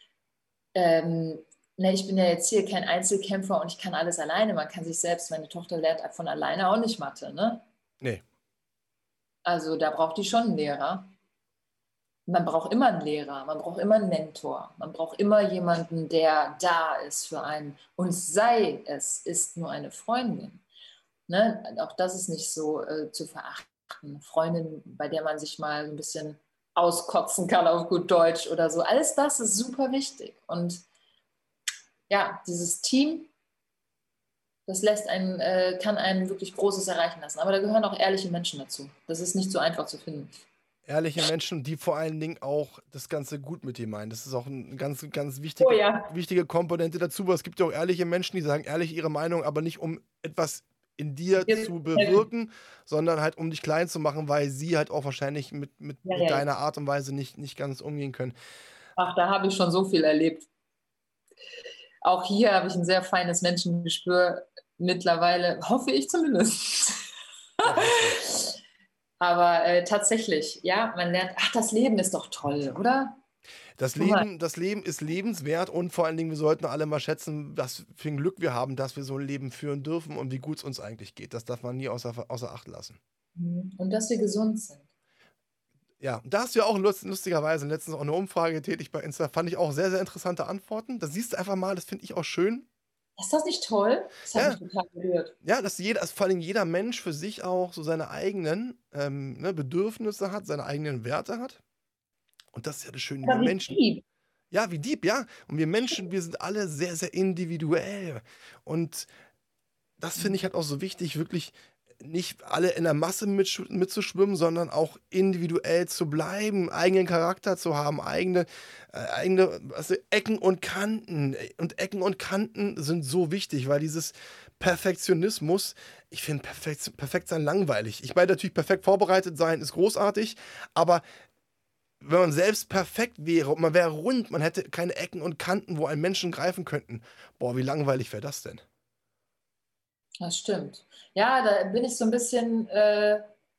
Ich bin ja jetzt hier kein Einzelkämpfer und ich kann alles alleine. Man kann sich selbst, meine Tochter lernt von alleine auch nicht Mathe. Ne? Nee. Also da braucht die schon einen Lehrer. Man braucht immer einen Lehrer, man braucht immer einen Mentor, man braucht immer jemanden, der da ist für einen. Und sei es ist nur eine Freundin. Ne? Auch das ist nicht so zu verachten. Eine Freundin, bei der man sich mal ein bisschen auskotzen kann auf gut Deutsch oder so. Alles das ist super wichtig. Und ja, dieses Team, das kann einen wirklich Großes erreichen lassen. Aber da gehören auch ehrliche Menschen dazu. Das ist nicht so einfach zu finden. Ehrliche Menschen, die vor allen Dingen auch das Ganze gut mit dir meinen. Das ist auch eine ganz, ganz wichtige, Oh ja. wichtige Komponente dazu, weil es gibt ja auch ehrliche Menschen, die sagen ehrlich ihre Meinung, aber nicht um etwas in dir zu bewirken, sondern halt um dich klein zu machen, weil sie halt auch wahrscheinlich mit Ja. deiner Art und Weise nicht ganz umgehen können. Ach, da habe ich schon so viel erlebt. Auch hier habe ich ein sehr feines Menschengespür mittlerweile, hoffe ich zumindest. Aber tatsächlich, ja, man lernt, ach, das Leben ist doch toll, oder? Das Leben ist lebenswert und vor allen Dingen, wir sollten alle mal schätzen, was für ein Glück wir haben, dass wir so ein Leben führen dürfen und wie gut es uns eigentlich geht. Das darf man nie außer Acht lassen. Und dass wir gesund sind. Ja, da hast du ja auch lustigerweise letztens auch eine Umfrage getätigt bei Insta. Fand ich auch sehr, sehr interessante Antworten. Da siehst du einfach mal, das finde ich auch schön. Ist das nicht toll? Das hat mich total berührt. Ja, dass vor allem jeder Mensch für sich auch so seine eigenen Bedürfnisse hat, seine eigenen Werte hat. Und das ist ja das Schöne, wir Menschen. Dieb. Ja, wie Dieb, ja. Und wir Menschen, wir sind alle sehr, sehr individuell. Und das finde ich halt auch so wichtig, wirklich nicht alle in der Masse mitzuschwimmen, sondern auch individuell zu bleiben, eigenen Charakter zu haben, eigene Ecken und Kanten. Und Ecken und Kanten sind so wichtig, weil dieses Perfektionismus, ich finde perfekt sein langweilig. Ich meine natürlich, perfekt vorbereitet sein ist großartig, aber wenn man selbst perfekt wäre und man wäre rund, man hätte keine Ecken und Kanten, wo einen Menschen greifen könnten, boah, wie langweilig wäre das denn? Das stimmt. Ja, da bin ich so ein bisschen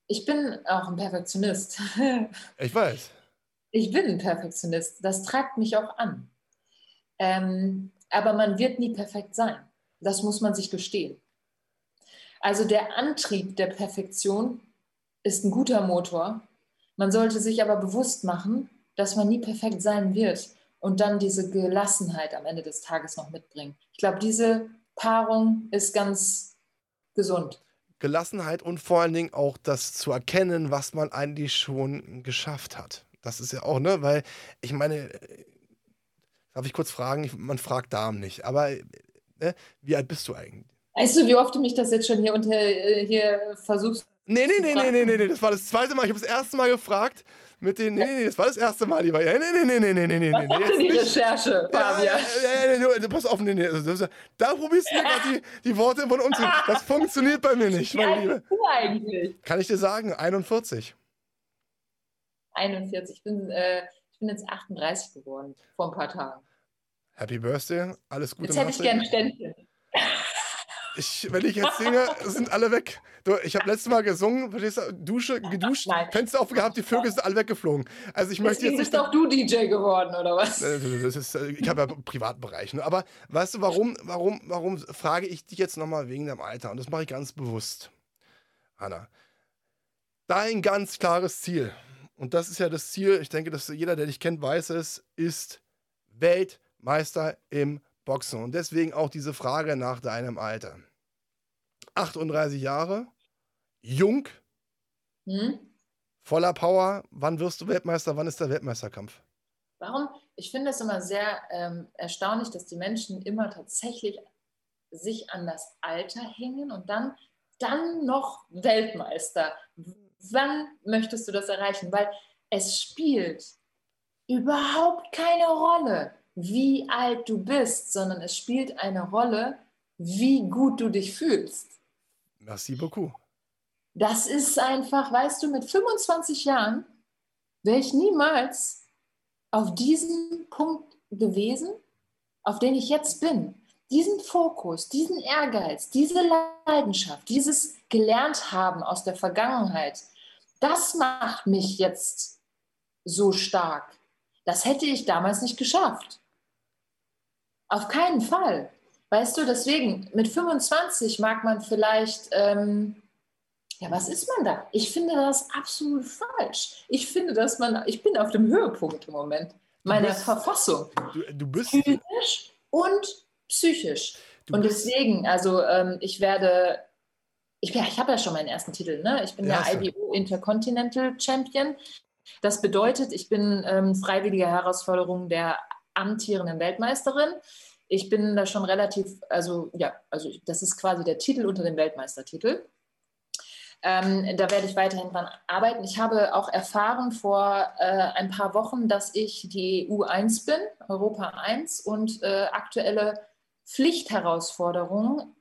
Ich bin auch ein Perfektionist. Ich weiß. Ich bin ein Perfektionist. Das treibt mich auch an. Aber man wird nie perfekt sein. Das muss man sich gestehen. Also der Antrieb der Perfektion ist ein guter Motor. Man sollte sich aber bewusst machen, dass man nie perfekt sein wird und dann diese Gelassenheit am Ende des Tages noch mitbringen. Ich glaube, diese Paarung ist ganz gesund. Gelassenheit und vor allen Dingen auch das zu erkennen, was man eigentlich schon geschafft hat. Das ist ja auch, ne, weil ich meine, darf ich kurz fragen, man fragt Damen nicht, aber ne, wie alt bist du eigentlich? Weißt du, wie oft du mich das jetzt schon hier versuchst Nee, zu fragen? das war das zweite Mal. Ich habe das erste Mal gefragt mit den, nee, das war das erste Mal, lieber. Ja, nee. Was macht denn die Recherche, Fabian? Ja, pass auf, nee. Da probierst du mir gerade die Worte von uns. Das funktioniert bei mir nicht, Wie mein alt Lieber. bist du eigentlich? Kann ich dir sagen, 41. 41. Ich bin jetzt 38 geworden, vor ein paar Tagen. Happy Birthday, alles Gute. Jetzt hätte ich gern ein Ständchen. Wenn ich jetzt singe, sind alle weg. Du, ich habe letztes Mal gesungen, verstehst du, geduscht, Nein. Fenster aufgehabt, die Vögel sind alle weggeflogen. Also ich möchte Deswegen jetzt nicht. bist auch du DJ geworden, oder was? Das ist, ich habe ja einen privaten Bereich. Ne? Aber weißt du, warum frage ich dich jetzt nochmal wegen deinem Alter? Und das mache ich ganz bewusst. Hanna, dein ganz klares Ziel, und das ist ja das Ziel, ich denke, dass jeder, der dich kennt, weiß es, ist Weltmeister im Boxen. Und deswegen auch diese Frage nach deinem Alter. 38 Jahre, jung, voller Power. Wann wirst du Weltmeister? Wann ist der Weltmeisterkampf? Warum? Ich finde es immer sehr erstaunlich, dass die Menschen immer tatsächlich sich an das Alter hängen und dann noch Weltmeister. Wann möchtest du das erreichen? Weil es spielt überhaupt keine Rolle, wie alt du bist, sondern es spielt eine Rolle, wie gut du dich fühlst. Merci beaucoup. Das ist einfach, weißt du, mit 25 Jahren wäre ich niemals auf diesen Punkt gewesen, auf den ich jetzt bin. Diesen Fokus, diesen Ehrgeiz, diese Leidenschaft, dieses gelernt haben aus der Vergangenheit, das macht mich jetzt so stark. Das hätte ich damals nicht geschafft. Auf keinen Fall. Weißt du, deswegen, mit 25 mag man vielleicht, was ist man da? Ich finde das absolut falsch. Ich finde, ich bin auf dem Höhepunkt im Moment meiner Verfassung. Du bist physisch und psychisch. Und deswegen, also ich habe ja schon meinen ersten Titel, ne? Ich bin ja IBO Intercontinental Champion. Das bedeutet, ich bin freiwillige Herausforderung der amtierenden Weltmeisterin. Ich bin da schon relativ, das ist quasi der Titel unter dem Weltmeistertitel. Da werde ich weiterhin dran arbeiten. Ich habe auch erfahren vor ein paar Wochen, dass ich die EU 1 bin, Europa 1 und aktuelle Pflichtherausforderin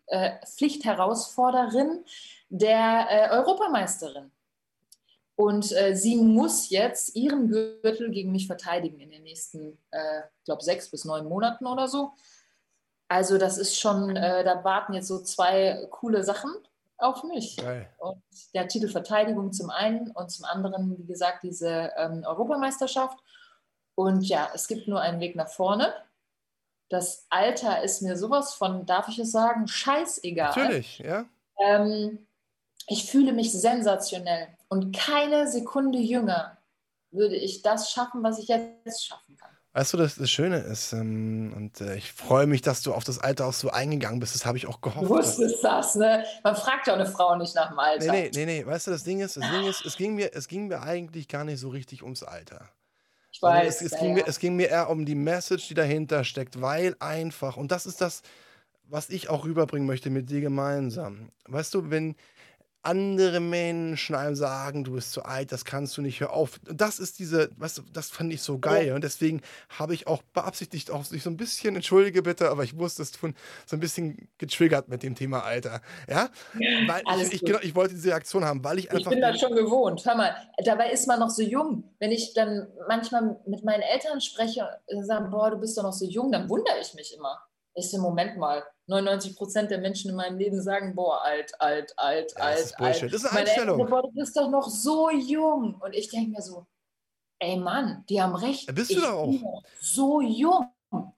der Europameisterin. Und sie muss jetzt ihren Gürtel gegen mich verteidigen in den nächsten, 6 bis 9 Monaten oder so. Also das ist schon, da warten jetzt so 2 coole Sachen auf mich. Geil. Und der Titel Verteidigung zum einen und zum anderen, wie gesagt, diese Europameisterschaft. Und ja, es gibt nur einen Weg nach vorne. Das Alter ist mir sowas von, darf ich es sagen, scheißegal. Natürlich, ja. Ich fühle mich sensationell und keine Sekunde jünger würde ich das schaffen, was ich jetzt schaffen kann. Weißt du, das Schöne ist, ich freue mich, dass du auf das Alter auch so eingegangen bist, das habe ich auch gehofft. Du wusstest das, ne? Man fragt ja eine Frau nicht nach dem Alter. Nee, weißt du, das Ding ist, es ging mir eigentlich gar nicht so richtig ums Alter. Ich weiß. Es ging mir eher um die Message, die dahinter steckt, weil einfach, und das ist das, was ich auch rüberbringen möchte mit dir gemeinsam. Weißt du, wenn andere Menschen einem sagen, du bist zu alt, das kannst du nicht, hör auf. Das ist weißt du, das fand ich so geil. Und deswegen habe ich auch beabsichtigt auch sich so ein bisschen, entschuldige bitte, aber ich wusste es so ein bisschen getriggert mit dem Thema Alter. Ja? Weil ich wollte diese Reaktion haben, weil ich einfach. Ich bin das schon gewohnt. Hör mal, dabei ist man noch so jung. Wenn ich dann manchmal mit meinen Eltern spreche und sage, boah, du bist doch noch so jung, dann wundere ich mich immer. Ich so, Moment mal, 99% der Menschen in meinem Leben sagen, boah, alt. Das ist Bullshit. Das ist eine Einstellung. Boah, du bist doch noch so jung. Und ich denke mir so, ey Mann, die haben recht. Bist du doch auch. Bin so jung.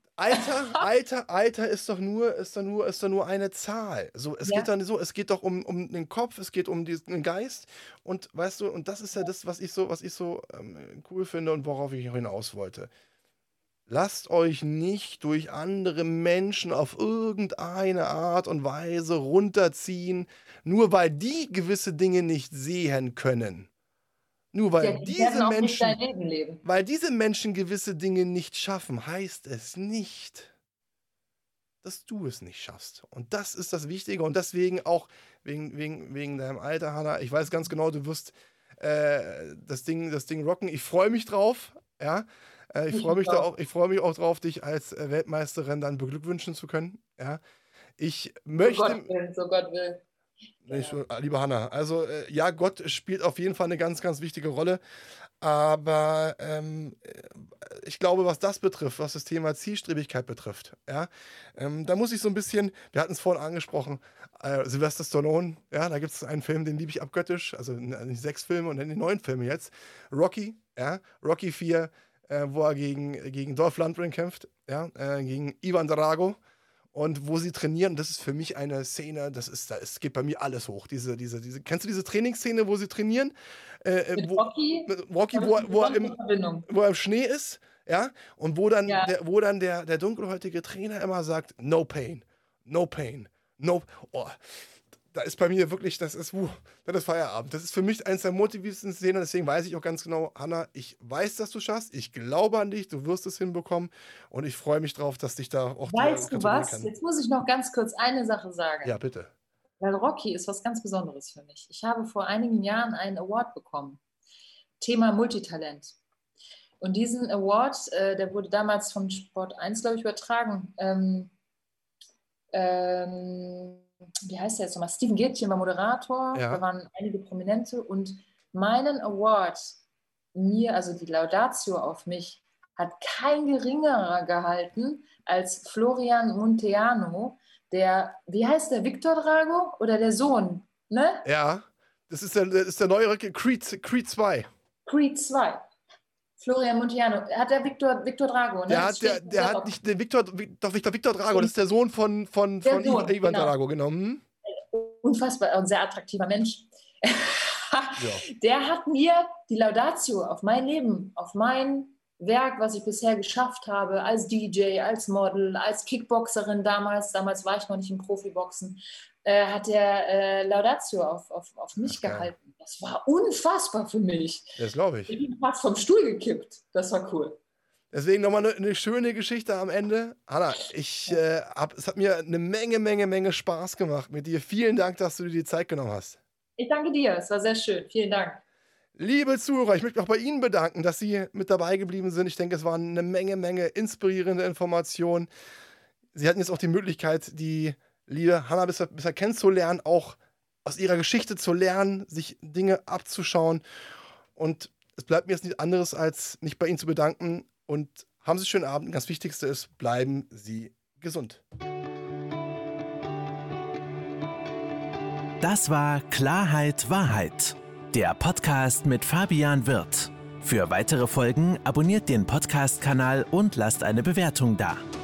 Alter ist doch nur eine Zahl. So, es geht doch um den Kopf, es geht um den Geist. Und weißt du, und das ist ja das, was ich so cool finde und worauf ich hinaus wollte. Lasst euch nicht durch andere Menschen auf irgendeine Art und Weise runterziehen, nur weil die gewisse Dinge nicht sehen können. Nur weil diese Menschen gewisse Dinge nicht schaffen, heißt es nicht, dass du es nicht schaffst. Und das ist das Wichtige. Und deswegen auch wegen deinem Alter, Hannah, ich weiß ganz genau, du wirst das Ding rocken. Ich freue mich drauf. Ja. Ich freue mich auch drauf, dich als Weltmeisterin dann beglückwünschen zu können. Ja. Ich möchte. So Gott will. Liebe Hannah, also ja, Gott spielt auf jeden Fall eine ganz, ganz wichtige Rolle, aber ich glaube, was das betrifft, was das Thema Zielstrebigkeit betrifft, ja, da muss ich so ein bisschen, wir hatten es vorhin angesprochen, Sylvester Stallone, ja, da gibt es einen Film, den liebe ich abgöttisch, also nicht 6 Filme und dann die 9 Filme jetzt, Rocky 4, wo er gegen Dolph Lundgren kämpft, ja, gegen Ivan Drago. Und wo sie trainieren, das ist für mich eine Szene, es geht bei mir alles hoch. Kennst du diese Trainingsszene, wo sie trainieren? Mit Rocky? Mit Rocky, wo er im Schnee ist, ja? Und wo dann der dunkelhäutige Trainer immer sagt, no pain, no pain, no. Oh, da ist bei mir wirklich, das ist Feierabend. Das ist für mich eines der motivierendsten Szenen, deswegen weiß ich auch ganz genau, Hannah, ich weiß, dass du schaffst, ich glaube an dich, du wirst es hinbekommen und ich freue mich drauf, dass dich da auch Weißt du was? Kann. Jetzt muss ich noch ganz kurz eine Sache sagen. Ja, bitte. Weil Rocky ist was ganz Besonderes für mich. Ich habe vor einigen Jahren einen Award bekommen. Thema Multitalent. Und diesen Award, der wurde damals von Sport 1, glaube ich, übertragen. Wie heißt der jetzt nochmal? Steven Gätchen war Moderator, da waren einige Prominente und meinen Award also die Laudatio auf mich, hat kein geringerer gehalten als Florian Munteanu, wie heißt der, Victor Drago oder der Sohn, ne? Ja, das ist der neue Creed 2. Creed 2. Florian Munteanu, hat der Victor Drago, ne? Der hat nicht den Victor Drago, das ist der Sohn von Ivan Drago, genau. Unfassbar, ein sehr attraktiver Mensch. Der hat mir die Laudatio auf mein Leben, auf mein Werk, was ich bisher geschafft habe, als DJ, als Model, als Kickboxerin damals war ich noch nicht im Profiboxen, hat der Laudatio auf mich gehalten. Das war unfassbar für mich. Das glaube ich. Ich bin fast vom Stuhl gekippt. Das war cool. Deswegen nochmal eine schöne Geschichte am Ende. Hannah, es hat mir eine Menge Spaß gemacht mit dir. Vielen Dank, dass du dir die Zeit genommen hast. Ich danke dir. Es war sehr schön. Vielen Dank. Liebe Zuhörer, ich möchte mich auch bei Ihnen bedanken, dass Sie mit dabei geblieben sind. Ich denke, es waren eine Menge inspirierende Informationen. Sie hatten jetzt auch die Möglichkeit, die liebe Hannah besser kennenzulernen, auch aus ihrer Geschichte zu lernen, sich Dinge abzuschauen. Und es bleibt mir jetzt nichts anderes, als mich bei Ihnen zu bedanken. Und haben Sie einen schönen Abend. Das Wichtigste ist, bleiben Sie gesund. Das war Klarheit, Wahrheit. Der Podcast mit Fabian Wirth. Für weitere Folgen abonniert den Podcast-Kanal und lasst eine Bewertung da.